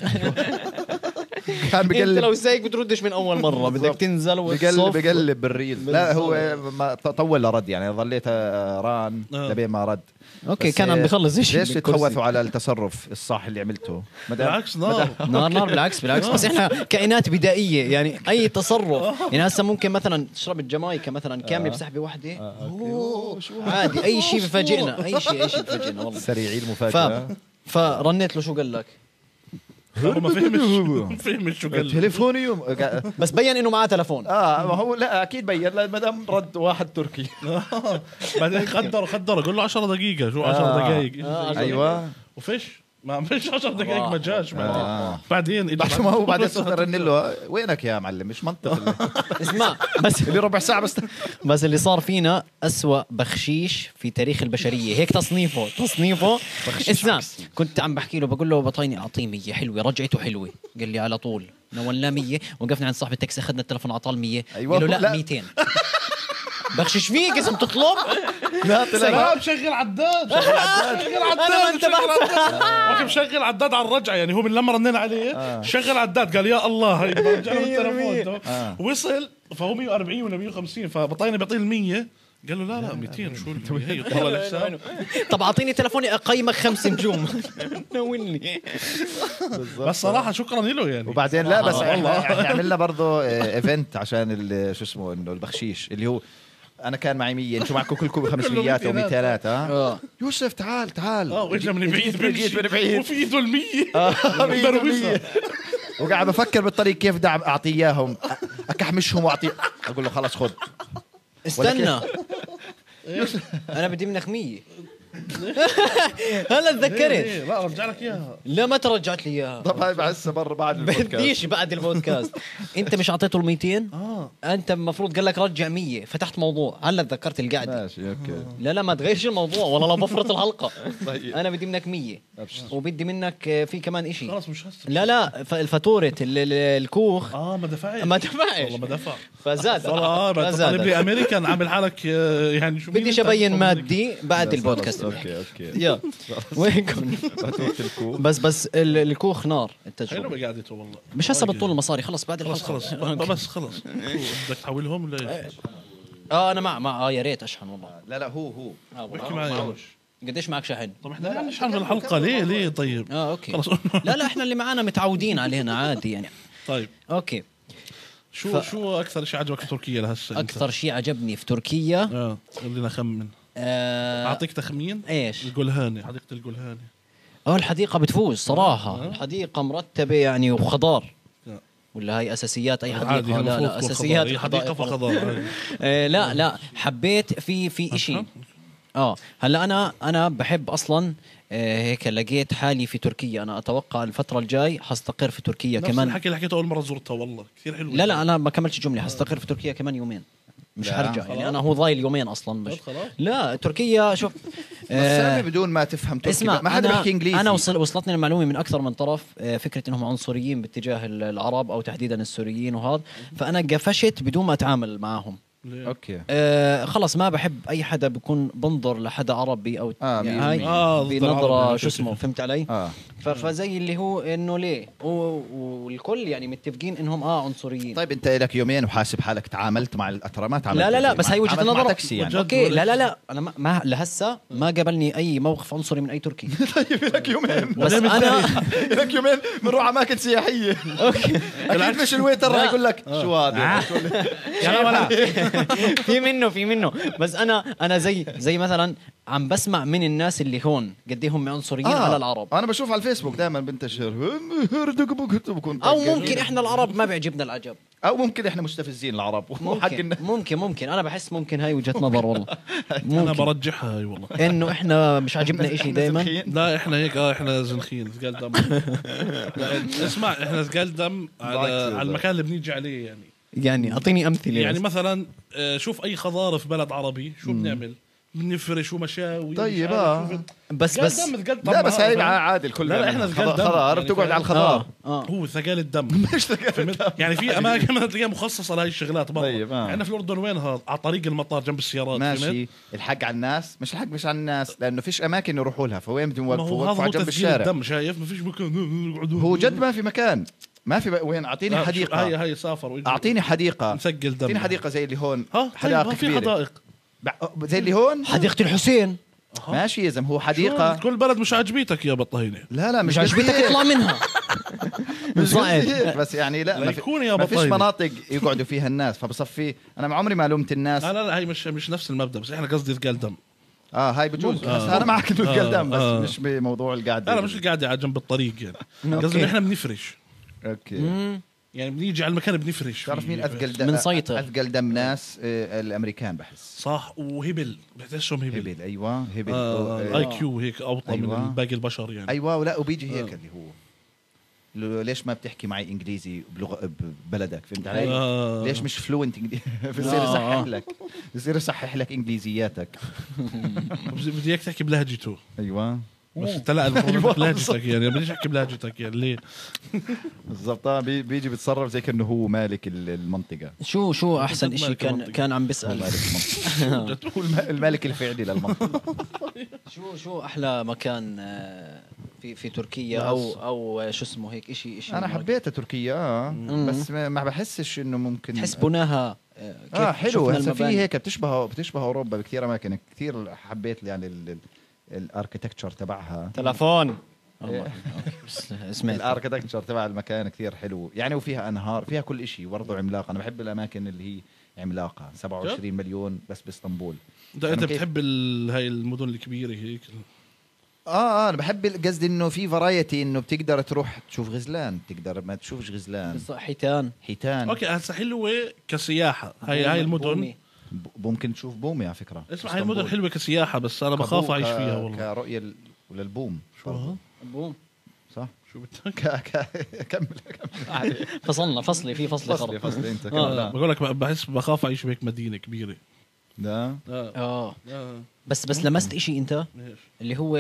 كان بقلب. انت لو سايق بتردش من اول مره بدك تنزل بقلب بقلب بالريل. لا هو ما طول رد يعني ظليت ران لبين ما رد. اوكي كان عم بخلص ايش. ليش تتخوثوا على التصرف الصح اللي عملته؟ بالعكس نار نار نار بالعكس بالعكس. بس احنا كائنات بدائيه يعني اي تصرف يعني هسه ممكن مثلا تشرب الجمايكا مثلا كامله بسحبه واحده عادي اي شيء بفاجئنا اي شيء اي شيء بفاجئنا والله سريعي المفاجاه. فرنيت له شو قال لك؟ هو ما فهمش فهمش شو قال تليفوني بس بين انه معاه تليفون. اه ما هو لا اكيد بين ما دام رد واحد تركي. بعدين خدر خدر قول له عشر دقيقة شو عشر دقائق. ايوه وفيش ما مش عشر دقائق ما جاش. آه. بعدين بعد ما هو بعدين صرت ارن له وينك يا معلم مش منطق. اسمع بس اللي ربع ساعه بس. بس اللي صار فينا أسوأ بخشيش في تاريخ البشريه هيك تصنيفه تصنيفه. اسمع كنت عم بحكي له بقول له بطيني اعطيه مية حلوه رجعته حلوه قال لي على طول نولنا مية. وقفنا عند صاحب التاكسي اخذنا التليفون عطاه مية. أيوة قال له لا ميتين. بخشش فيك اسم تطلب. لا طلع مشغل عداد مشغل عداد انا ما انتبهت. وكيف مشغل عداد على الرجعه يعني هو من لما رنينا عليه شغل عداد قال يا الله هي رجعنا التليفون وصل فهو مية وأربعين ولا مية وخمسين فبطينا بيعطيه المية قال له لا لا ميتين شو هي طلع الحساب. طب اعطيني تليفوني اقيمك خمس نجوم. ناولني. بس صراحه شكرا له يعني. وبعدين لا بس احنا عملنا برضه ايفنت عشان شو اسمه انه البخشيش اللي هو انا كان معي مية انتم معكم كلكم خمسميات او مئتين. ها يوسف تعال تعال اه واجا من بعيد جيت من بعيد وفي ايده المية. وقاعد بفكر بالطريق كيف بدي اعطيه اياهم اكحمشهم واعطيه اقول له خلاص خذ استنى انا بدي منك مية. هلا تذكرت. لا رجع لك اياها. لا ما ترجعت لي اياها. طب هاي هسه بر بعد البودكاست. بديش بعد البودكاست. انت مش اعطيته ال مئتين. اه انت المفروض قال لك رجع مية فتحت موضوع هلا تذكرت القعده. ماشي اوكي. لا لا ما تغيرش الموضوع والله لا بفرط الحلقه. انا بدي منك مية وبدي منك في كمان إشي. خلاص مش هسه. لا لا الفاتوره الكوخ اه ما دفعش ما دفعش والله ما دفع. فزاد اه طالب لي امريكان عامل حالك يعني شو بديش ابين مادي بعد البودكاست. اوكي اوكي يا وين بس بس الكوخ نار التجربه. حلوه قعدته والله. مش هسه بتطول المصاري خلص بعد خلص خلص بس خلص. بدك تحولهم ولا اه انا مع مع اه يا ريت اشحن والله. لا لا هو هو احكي معي. قديش معك شحن؟ طب احنا لا نشحن في الحلقه ليه ليه طيب. اه اوكي لا لا احنا اللي معانا متعودين علينا عادي يعني. طيب اوكي شو ف... شو اكثر شيء عجبك في تركيا لهسه؟ اكثر شيء عجبني في تركيا اه خلينا نخمن. آه... اعطيك تخمين. ايش؟ الجولهاني حديقه الجولهاني. اه الحديقه بتفوز صراحه. آه. الحديقه مرتبه يعني وخضار. آه. ولا هاي اساسيات اي حديقه؟ لا لا اساسيات هي حديقه فخضار. آه لا لا حبيت في في شيء. اه هلا انا انا بحب اصلا آه هيك لقيت حالي في تركيا. انا اتوقع الفتره الجاي حستقر في تركيا كمان. الحكي اللي حكيته اول مره زرتها والله كثير حلو. لا لا انا ما كملتش جمله. حستقر في تركيا كمان يومين مش هرجع يعني. انا هو ضايل يومين اصلا مش لا تركيا شوف آه بدون ما تفهم تركي اسمع ما حدا بيحكي انجليزي. انا وصل وصلتني المعلومه من اكثر من طرف آه فكره انهم عنصريين باتجاه العرب او تحديدا السوريين وهذا. فانا قفشت بدون ما اتعامل معهم. اوكي آه خلص ما بحب اي حدا بيكون بنظر لحدا عربي او آه يعني هاي آه بنظره شو اسمه فهمت علي. آه. فزي اللي هو انه ليه والكل يعني متفقين انهم اه عنصريين. طيب انت لك يومين وحاسب حالك تعاملت مع الاتراك ما تعاملت؟ لا لا لا بس هي وجهه النظر يعني. اوكي لا لا لا انا ما لهسه ما قبلني اي موقف عنصري من اي تركي. طيب لك يومين بس انا لك يومين بنروح اماكن سياحيه. اوكي اكيد مش الويتر راح يقول لك شو هذا يا ولا في منه في منه. بس انا انا زي زي مثلا عم بسمع من الناس اللي هون قد ايه هم عنصريين آه. على العرب. انا بشوف على الفيسبوك دائما بنتشر او ممكن احنا العرب ما بيعجبنا العجب، او ممكن احنا مستفزين العرب. ممكن ممكن ممكن انا بحس ممكن هاي وجهة نظر والله. انا برجحها هاي والله انه احنا مش عاجبنا اشي دائما. لا احنا هيك اه احنا زنخين ثقال دم. اسمع احنا ثقال دم على على المكان اللي بنيجي عليه يعني. يعني اعطيني امثله. يعني مثلا شوف اي خضار في بلد عربي شو بنعمل؟ بنفرش ومشاوي. طيب اه بس بس لا بس هاي عادي الكل. لا, لا احنا خضار بتقعد على الخضار. آه. آه. هو ثقال الدم مش ثقال الدم. يعني في اماكن ما تلاقيها مخصصه لهي الشغلات برضه. طيب آه. احنا في الاردن وين هذا على طريق المطار جنب السيارات ماشي. الحق على الناس مش الحق مش على الناس لانه فيش اماكن يروحوا لها فوين بدهم يوقفوا على جنب الشارع. الدم شايف ما فيش مكان. هو جد ما في مكان ما في وين. اعطيني آه حديقه. هاي هاي سافر اعطيني حديقه مسجل دم. اعطيني حديقه زي اللي هون. حدائق طيب في حدائق زي اللي هون حديقة الحسين. أه. ماشي يا زلمه هو حديقة. كل بلد مش عاجبيتك يا بطهينة. لا لا مش عاجبيتك اطلع منها. مش بس يعني لا, لا ما, في ما فيش مناطق يقعدوا فيها الناس فبصفي انا ما عمري ما لومت الناس. لا لا, لا هي مش مش نفس المبدأ بس احنا قصدي ثقال دم. اه هاي بجوز آه. بس انا معك انه ثقال دم بس آه. مش بموضوع القعده. لا مش القعده على جنب الطريق يعني قصدي احنا بنفرش. اوكي مم. يعني بنيجي على المكان بنفرش. تعرف مين اثقل دم؟ بنسيطر. اثقل دم ناس آه الامريكان بحس. صح وهبل بحسهم هبل. هبل ايوه هبل. آه الاي كيو هيك اوطى أيوة. من باقي البشر يعني. ايوه ولا وبيجي هيك آه. اللي هو ليش ما بتحكي معي انجليزي بلغه ببلدك فهمت علي؟ آه. ليش مش فلوينت انجليزي؟ بصير يصحح لك بصير يصحح لك انجليزياتك. بدي اياك تحكي بلهجته. ايوه بس انت لا المفروض بلهجتك يعني بديش احكي بلهجتك يعني ليه؟ بالضبط بيجي بيتصرف زي كانه هو مالك المنطقه. شو شو احسن شيء كان كان عم بيسال المالك الفعلي للمنطقه. شو شو احلى مكان في في تركيا او او شو اسمه هيك شيء شيء انا حبيتها تركيا اه بس ما بحسش انه ممكن تحس بناها كيف اه حلو هسه في هيك بتشبه بتشبه اوروبا بكثير اماكن كثير حبيت يعني الاركيتكتشر تبعها. تلفون اسمع الاركيتكتشر تبع المكان كثير حلو يعني وفيها انهار فيها كل شيء برضه عملاقه. انا بحب الاماكن اللي هي عملاقه. سبعة وعشرين مليون بس باسطنبول. انت انت بتحب هاي المدن الكبيره هيك؟ اه اه انا بحب قصدي انه في فرايتي انه بتقدر تروح تشوف غزلان تقدر ما تشوفش غزلان. حيتان حيتان اوكي هسه حلوه كسياحه. هاي هاي المدن ممكن تشوف بومي على فكره. اسمع هاي المدن حلوه كسياحه بس انا بخاف اعيش فيها والله. كرؤيه ولا البوم شو البوم صح شو بدك كمل كمل فصلنا فصلي في فصل فصلي فصلي انت آه. بقول لك بحس بخاف اعيش بهيك مدينه كبيره. لا اه بس بس لمست إشي انت اللي هو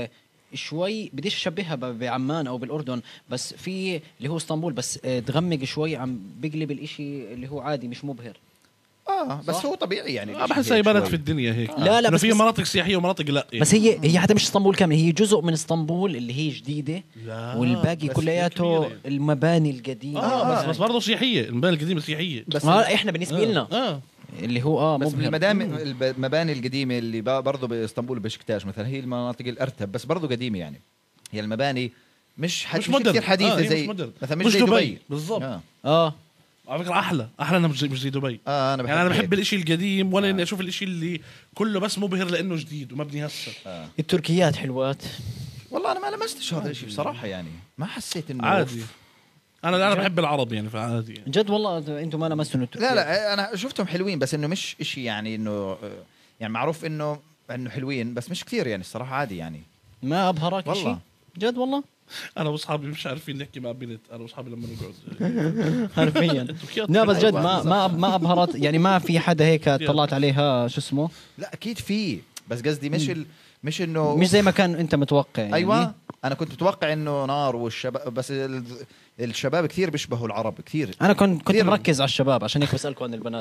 شوي بديش اشبهها بعمان او بالاردن بس في اللي هو اسطنبول بس تغمق شوي عم بقلب الاشي اللي هو عادي مش مبهر. اه بس هو طبيعي يعني آه بحس اي بلد في الدنيا هيك. آه. لا لا بس في مناطق سياحيه ومناطق لا يعني. بس هي هي حتى مش اسطنبول كامل هي جزء من اسطنبول اللي هي جديده والباقي كلياته المباني القديمه. اه بس بس برضه سياحيه المباني القديمه سياحيه بس آه احنا بالنسبه آه. لنا آه. اللي هو اه بس المباني القديمه اللي برضه باسطنبول بشكتاش مثلا هي المناطق الارتب بس برضه قديمه يعني. هي المباني مش مش, مش كثير حديثه آه زي مش مثلا مش, مش زي دبي, دبي. بالضبط. اه, آه. على فكره احلى احلى انا مش زي, مش زي دبي. اه انا بحب يعني انا بحب الاشي القديم ولا آه. اني اشوف الاشي اللي كله بس مبهر لانه جديد ومبني هسه. آه. التركيات حلوات والله انا ما لمستش هذا الشيء بصراحه يعني ما حسيت انه عادي. انا انا بحب العرب يعني فعادي يعني. جد والله انتم ما لمستوا التركيات. لا لا انا شفتهم حلوين بس انه مش اشي يعني انه يعني معروف انه انه حلوين بس مش كثير يعني الصراحه عادي يعني. ما ابهرك والله شيء جد والله. انا واصحابي مش عارفين نحكي مع بنت. انا واصحابي لما نقعد حرفيا لا بس جد ما ما ما ابهرت يعني ما في حدا هيك طلعت عليها شو اسمه. لا اكيد في بس قصدي مش ال... مش انه مش زي ما كان انت متوقع يعني. ايوه انا كنت متوقع انه نار والشباب بس ال... الشباب كثير بيشبهوا العرب كثير. انا كنت كنت مركز على الشباب عشان هيك بسالكم عن البنات.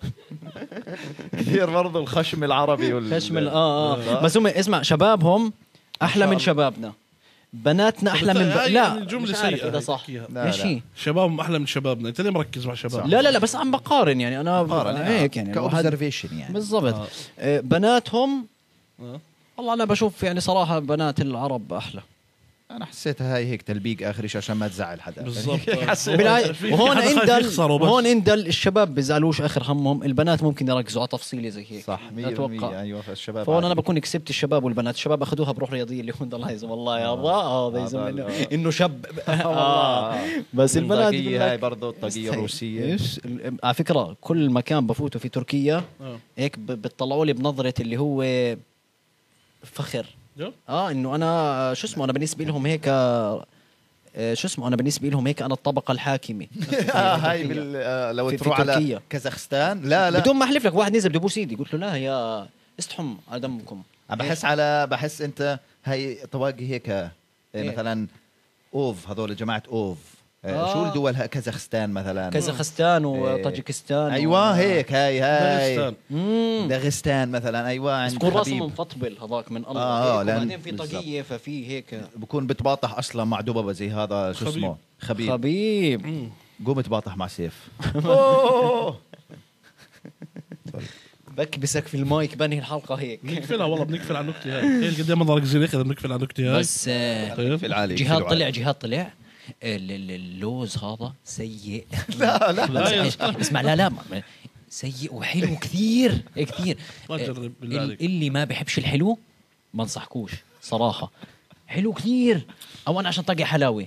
كثير برضه الخشم العربي وال خشم ال... اه اه بس هم اسمع شبابهم احلى من شبابنا. بناتنا احلى من ب... لا الجمله سيئه اذا صح ماشي شبابهم احلى من شبابنا. انت ليه مركز مع شباب؟ لا لا لا بس عم بقارن يعني انا بقارن هيك يعني كاوبزرفيشن يعني بالضبط. آه. آه بناتهم آه. والله انا بشوف يعني صراحه بنات العرب احلى. انا حسيتها هاي هيك تلبيق اخر شيء عشان ما تزعل حدا بالضبط. وهون اندل وهون اندل الشباب بيزعلوش اخر همهم، البنات ممكن يركزوا على تفصيله زي هيك. صح مية بالمية. ايوه الشباب فهون انا بكون كسبت الشباب والبنات. الشباب اخذوها بروح رياضيه اللي هون الله يزم والله يا الله يزم انه شاب آه. بس البنات هاي برضه الطاقيه الروسيه. على فكره كل مكان بفوته في تركيا هيك بتطلعوا لي بنظره اللي هو فخر. اه انه انا شو اسمه انا بالنسبه لهم هيك شو اسمه انا بالنسبه لهم هيك انا الطبقه الحاكمه. اه هاي بال... آه لو تروح على كازاخستان لا لا بدون ما احلف لك واحد نزل ببوس ايدي قلت له لا يا استحم على دمكم. انا بحس على بحس انت هاي طواقي هيك إيه؟ مثلا اوف هذول جماعه اوف آه. شو الدول كازاخستان مثلا كازاخستان وطاجيكستان ايوه و... هيك هاي هاي داغستان مثلا ايوه عند تكون راسه منفطبل هذاك من الله آه وبعدين في طاقيه ففي هيك بكون بتباطح اصلا مع دببه زي هذا شو اسمه خبيب خبيب قوم تباطح مع سيف بكبسك في المايك بنهي الحلقه هيك. بنقفلها والله بنقفل على النكته هاي هي قد ما ضلك زي هيك بنقفل على النكته هاي بس جهاد طلع جهاد طلع اللوز هذا سيء. لا لا اسمع لا لا سيء وحلو كثير كثير. اللي ما بحبش الحلو ما انصحكوش صراحة. حلو كثير او انا عشان طاقة حلاوة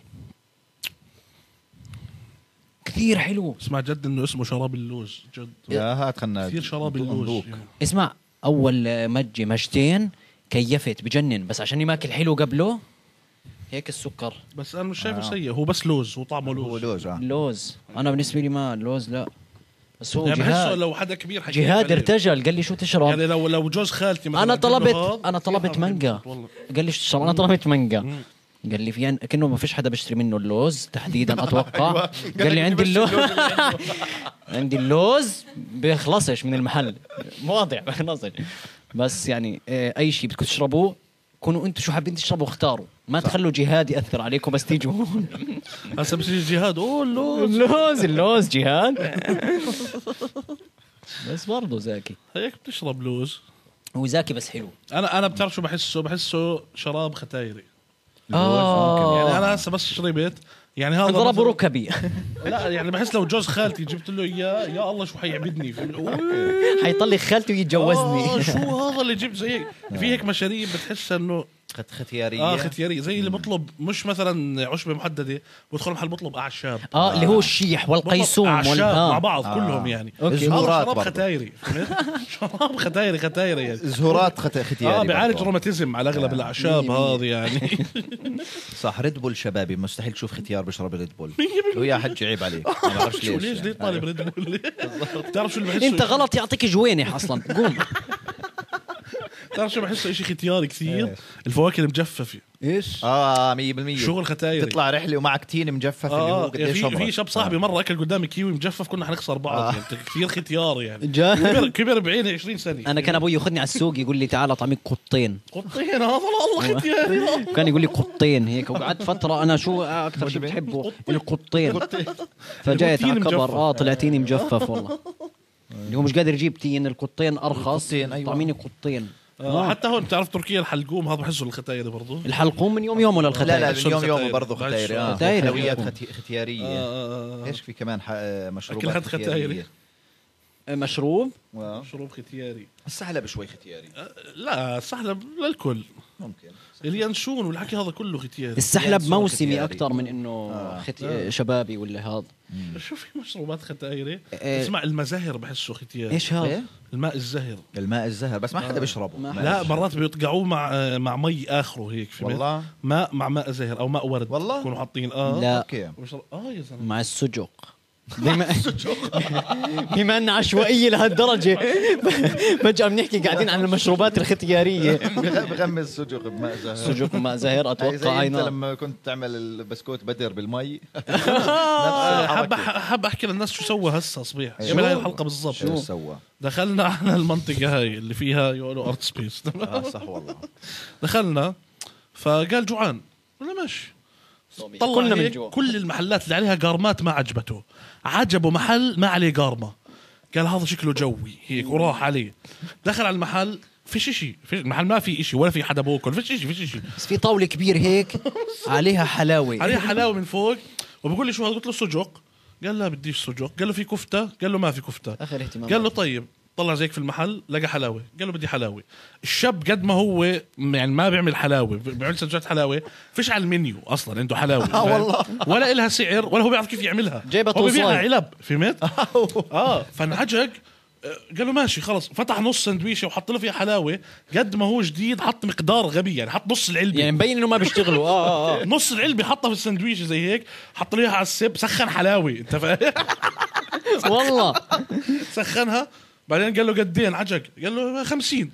كثير حلو. اسمع جد انه اسمه شراب اللوز جد يا هات خلنا كثير شراب اللوز. اسمع اول مجة مجتين كيفت بجنن بس عشان ماكل حلو قبله هيك السكر. بس انا مش شايفه آه. سيء هو بس لوز وطعمه لوز. هو لوز آه. لوز انا بالنسبه لي ما لوز لا بس هو يعني جهاد لو حدا كبير حكي جهاد ارتجل قال لي شو تشرب يعني لو لو جوز خالتي مثلا انا طلبت انا طلبت مانجا قال لي شو تشرب انا طلبت مانجا قال لي في كأنه ما فيش حدا بيشتري منه اللوز تحديدا اتوقع. قال لي عندي اللوز عندي اللوز بيخلصش من المحل واضح بيخلصش بس يعني اي شيء بدكم تشربوه كونوا انتم شو حابين تشربوا اختاروا ما صح. تخلوا جهاد يأثر عليكم بس تيجوا هون. هسه بس جهاد اوه اللوز اللوز اللوز جهاد بس برضه زاكي هيك بتشرب لوز هو زاكي بس حلو. انا انا بتعرف شو بحسه بحسه شراب ختايري. اه يعني انا هسه بس شربت يعني هذا ضرب ركبي. لا يعني بحس لو جوز خالتي جبت له اياه يا الله شو حيعبدني حيطلق خالتي ويتجوزني. آه شو هذا اللي جبت زي في هيك مشاريب بتحس انه ختياريه اه ختياريه زي اللي بطلب مش مثلا عشبه محدده بدخل محل بطلب اعشاب اه اللي هو الشيح والقيسوم وال... آه. مع بعض آه. كلهم يعني زهورات شراب ختايري شراب ختايري ختايري يعني زهورات ختياري اه بيعالج روماتيزم على اغلب الاعشاب هذه يعني. صح ريد بول شبابي مستحيل تشوف ختيار بيشرب ريد بول ويا حج عيب عليك ما بعرفش ليش ليش ليه طالب ريد بول بتعرف شو اللي بحسه انت غلط يعطيك جوينح اصلا قوم. تعرف شو بحسه شيء ختياري كثير الفواكه المجففه ايش اه مية بالمية شغل ختايري تطلع رحله ومعك تين مجفف آه اللي هو قديش في في شاب صاحبي مره اكل قدامي كيوي مجفف كنا حنخسر بعض آه. يعني كثير ختيار يعني كبر كبر بعيني عشرين سنه. انا كان ابوي ياخذني على السوق يقول لي تعال اطعمك قطين قطين هذا والله ختياري كان يقول لي قطين هيك وقعدت فتره انا شو اكثر شيء بحبه القطين فجايت على كبر اه طلعتيني مجفف والله اللي هو مش قادر يجيب تين القطين ارخص طعميني قطين. آه حتى هون بتعرف تركيا الحلقوم هذا بحسه الختايري برضو الحلقوم من يوم يوم ولا الختايري لا لا من يوم يوم برضو ختايري اه حلويات ختياريه. آه ايش في كمان مشروبات ختايري مشروب مشروب ختياري السحلب شوي ختياري آه لا السحلب للكل ممكن اليانسون والحكي هذا كله ختياري. السحلب موسمي اكثر من انه آه. ختي... آه. شبابي ولا هذا. شو في مشروبات ختايري آه. اسمع المزهر بحسه ختياري. ايش هذا الماء الزهر الماء الزهر بس ما حدا بيشربه لا مرات بيطقعوه مع مع مي اخره هيك والله ماء مع ماء زهر او ماء ورد والله يكونوا حاطين اه لا اوكي اه يا زلمه مع السجق بما بما ان عشوائيه لهالدرجه فجاه بنحكي قاعدين عن المشروبات الختياريه. بغمس سجق بماء زهر سجق بماء زهر اتوقع انت لما كنت تعمل البسكوت بدر بالمي. حاب حاب احكي للناس شو سوى هسه صبيح قبل هاي الحلقه بالضبط. شو سوى دخلنا على المنطقه هاي اللي فيها يقولوا ارت سبيس اه صح والله دخلنا فقال جوعان ولا ماشي طلع هيك كل المحلات اللي عليها قارمات ما عجبته عجبه محل ما عليه قارمه قال هذا شكله جوي هيك وراح عليه دخل على المحل فيش شيء، في المحل ما في شيء ولا في حدا بوكل، فيش شيء فيش شيء. بس في طاوله كبير هيك عليها حلاوه عليها حلاوه من فوق. وبقول لي شو هذا؟ قلت له سجق. قال لا بديش سجق. قال له في كفته. قال له ما في كفته. اخر اهتمام. قال له طيب. طلع زيك في المحل لقى حلاوه. قال له بدي حلاوه. الشاب قد ما هو يعني ما بيعمل حلاوه، بيعمل سندوتشات حلاوه، فيش على المنيو اصلا عنده حلاوه. اه والله ولا إلها سعر ولا هو بيعرف كيف يعملها. جايبها هو بيبيعها توصاي علب، فهمت؟ اه فانعجق. قال له ماشي خلص. فتح نص سندويشه وحط له فيها حلاوه. قد ما هو جديد حط مقدار غبي، يعني حط نص العلبه، يعني مبين انه ما بيشتغلوا. اه اه, آه. نص العلبه حطها في السندويشه زي هيك، حط له اياها على السب، سخن حلاوه. انت فاهم؟ والله سخنها. بعدين قال له قدين؟ عجق. قال له خمسين.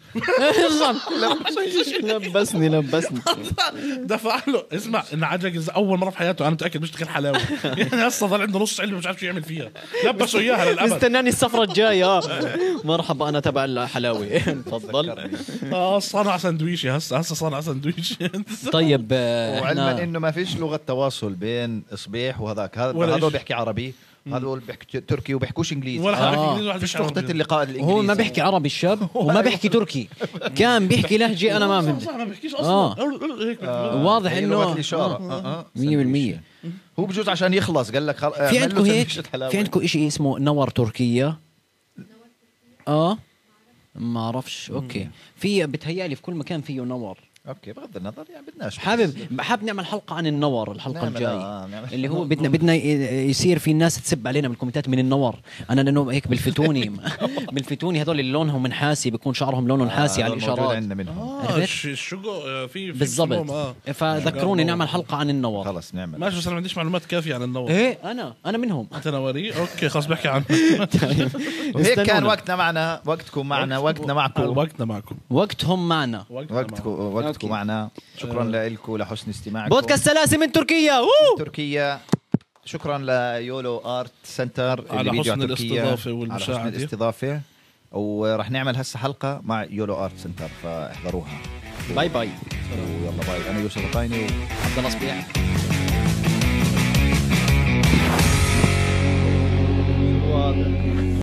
لبسني لبسني دفع له. اسمع ان عجق اول مره في حياته انا متاكد بيشتغل حلاوه. يعني هسه ضل عنده نص علبه مش عارف شو يعمل فيها. لبسوا اياها للابد. استناني السفره الجايه. مرحبا انا تبع الحلاوه. تفضل. اه صنع سندويشي. هسه هسه صنع سندويشي. طيب وعلما انه ما فيش لغه تواصل بين صبيح وهذاك، هذا هذا بيحكي عربي، هذول بيحكي تركي وبيحكوش انجليزي. ولا حدا آه. انجليزي ولا فيش نقطة اللقاء الانجليزي. هو ما بيحكي عربي الشاب وما بيحكي تركي، كان بيحكي لهجة انا ما فهمت. ما بيحكيش اصلا. آه. واضح انه مية بالمية. هو بجوز عشان يخلص قال لك خل... في عندكم هيك، في عندكم اشي اسمه نور تركيا؟ اه ما اعرفش. اوكي في بتهيالي في كل مكان فيه نور. اوكي بغض النظر يعني بدناش حابب حابب نعمل حلقه عن النور الحلقه الجايه. آه اللي هو بدنا بدنا يصير في ناس تسب علينا بالكومنتات من النور. انا لانه هيك بالفتوني بالفتوني هذول اللي لونهم نحاسي، بيكون شعرهم لونه نحاسي. آه على الاشارات اه الشقق في بالضبط. آه. فذكروني نعمل حلقه عن النور. خلص نعمل. ماشي بس انا ما عنديش معلومات كافيه عن النور. ايه انا انا منهم. انت نوري. اوكي خلاص بحكي عنه. هيك كان وقتنا معنا، وقتكم معنا، وقتنا معكم، وقتنا معكم، وقتهم معنا، وقتكم وقتكم معنا. شكرا لكم لحسن استماعكم. بودكاست سلاسي من تركيا. من تركيا. شكرا ليولو ارت سنتر على حسن الاستضافه والمساعده، على حسن الاستضافه. ورح نعمل هسه حلقه مع يولو ارت سنتر فاحضروها. باي باي. يلا باي. انا يوسف الطايني وعبد الله صبيح.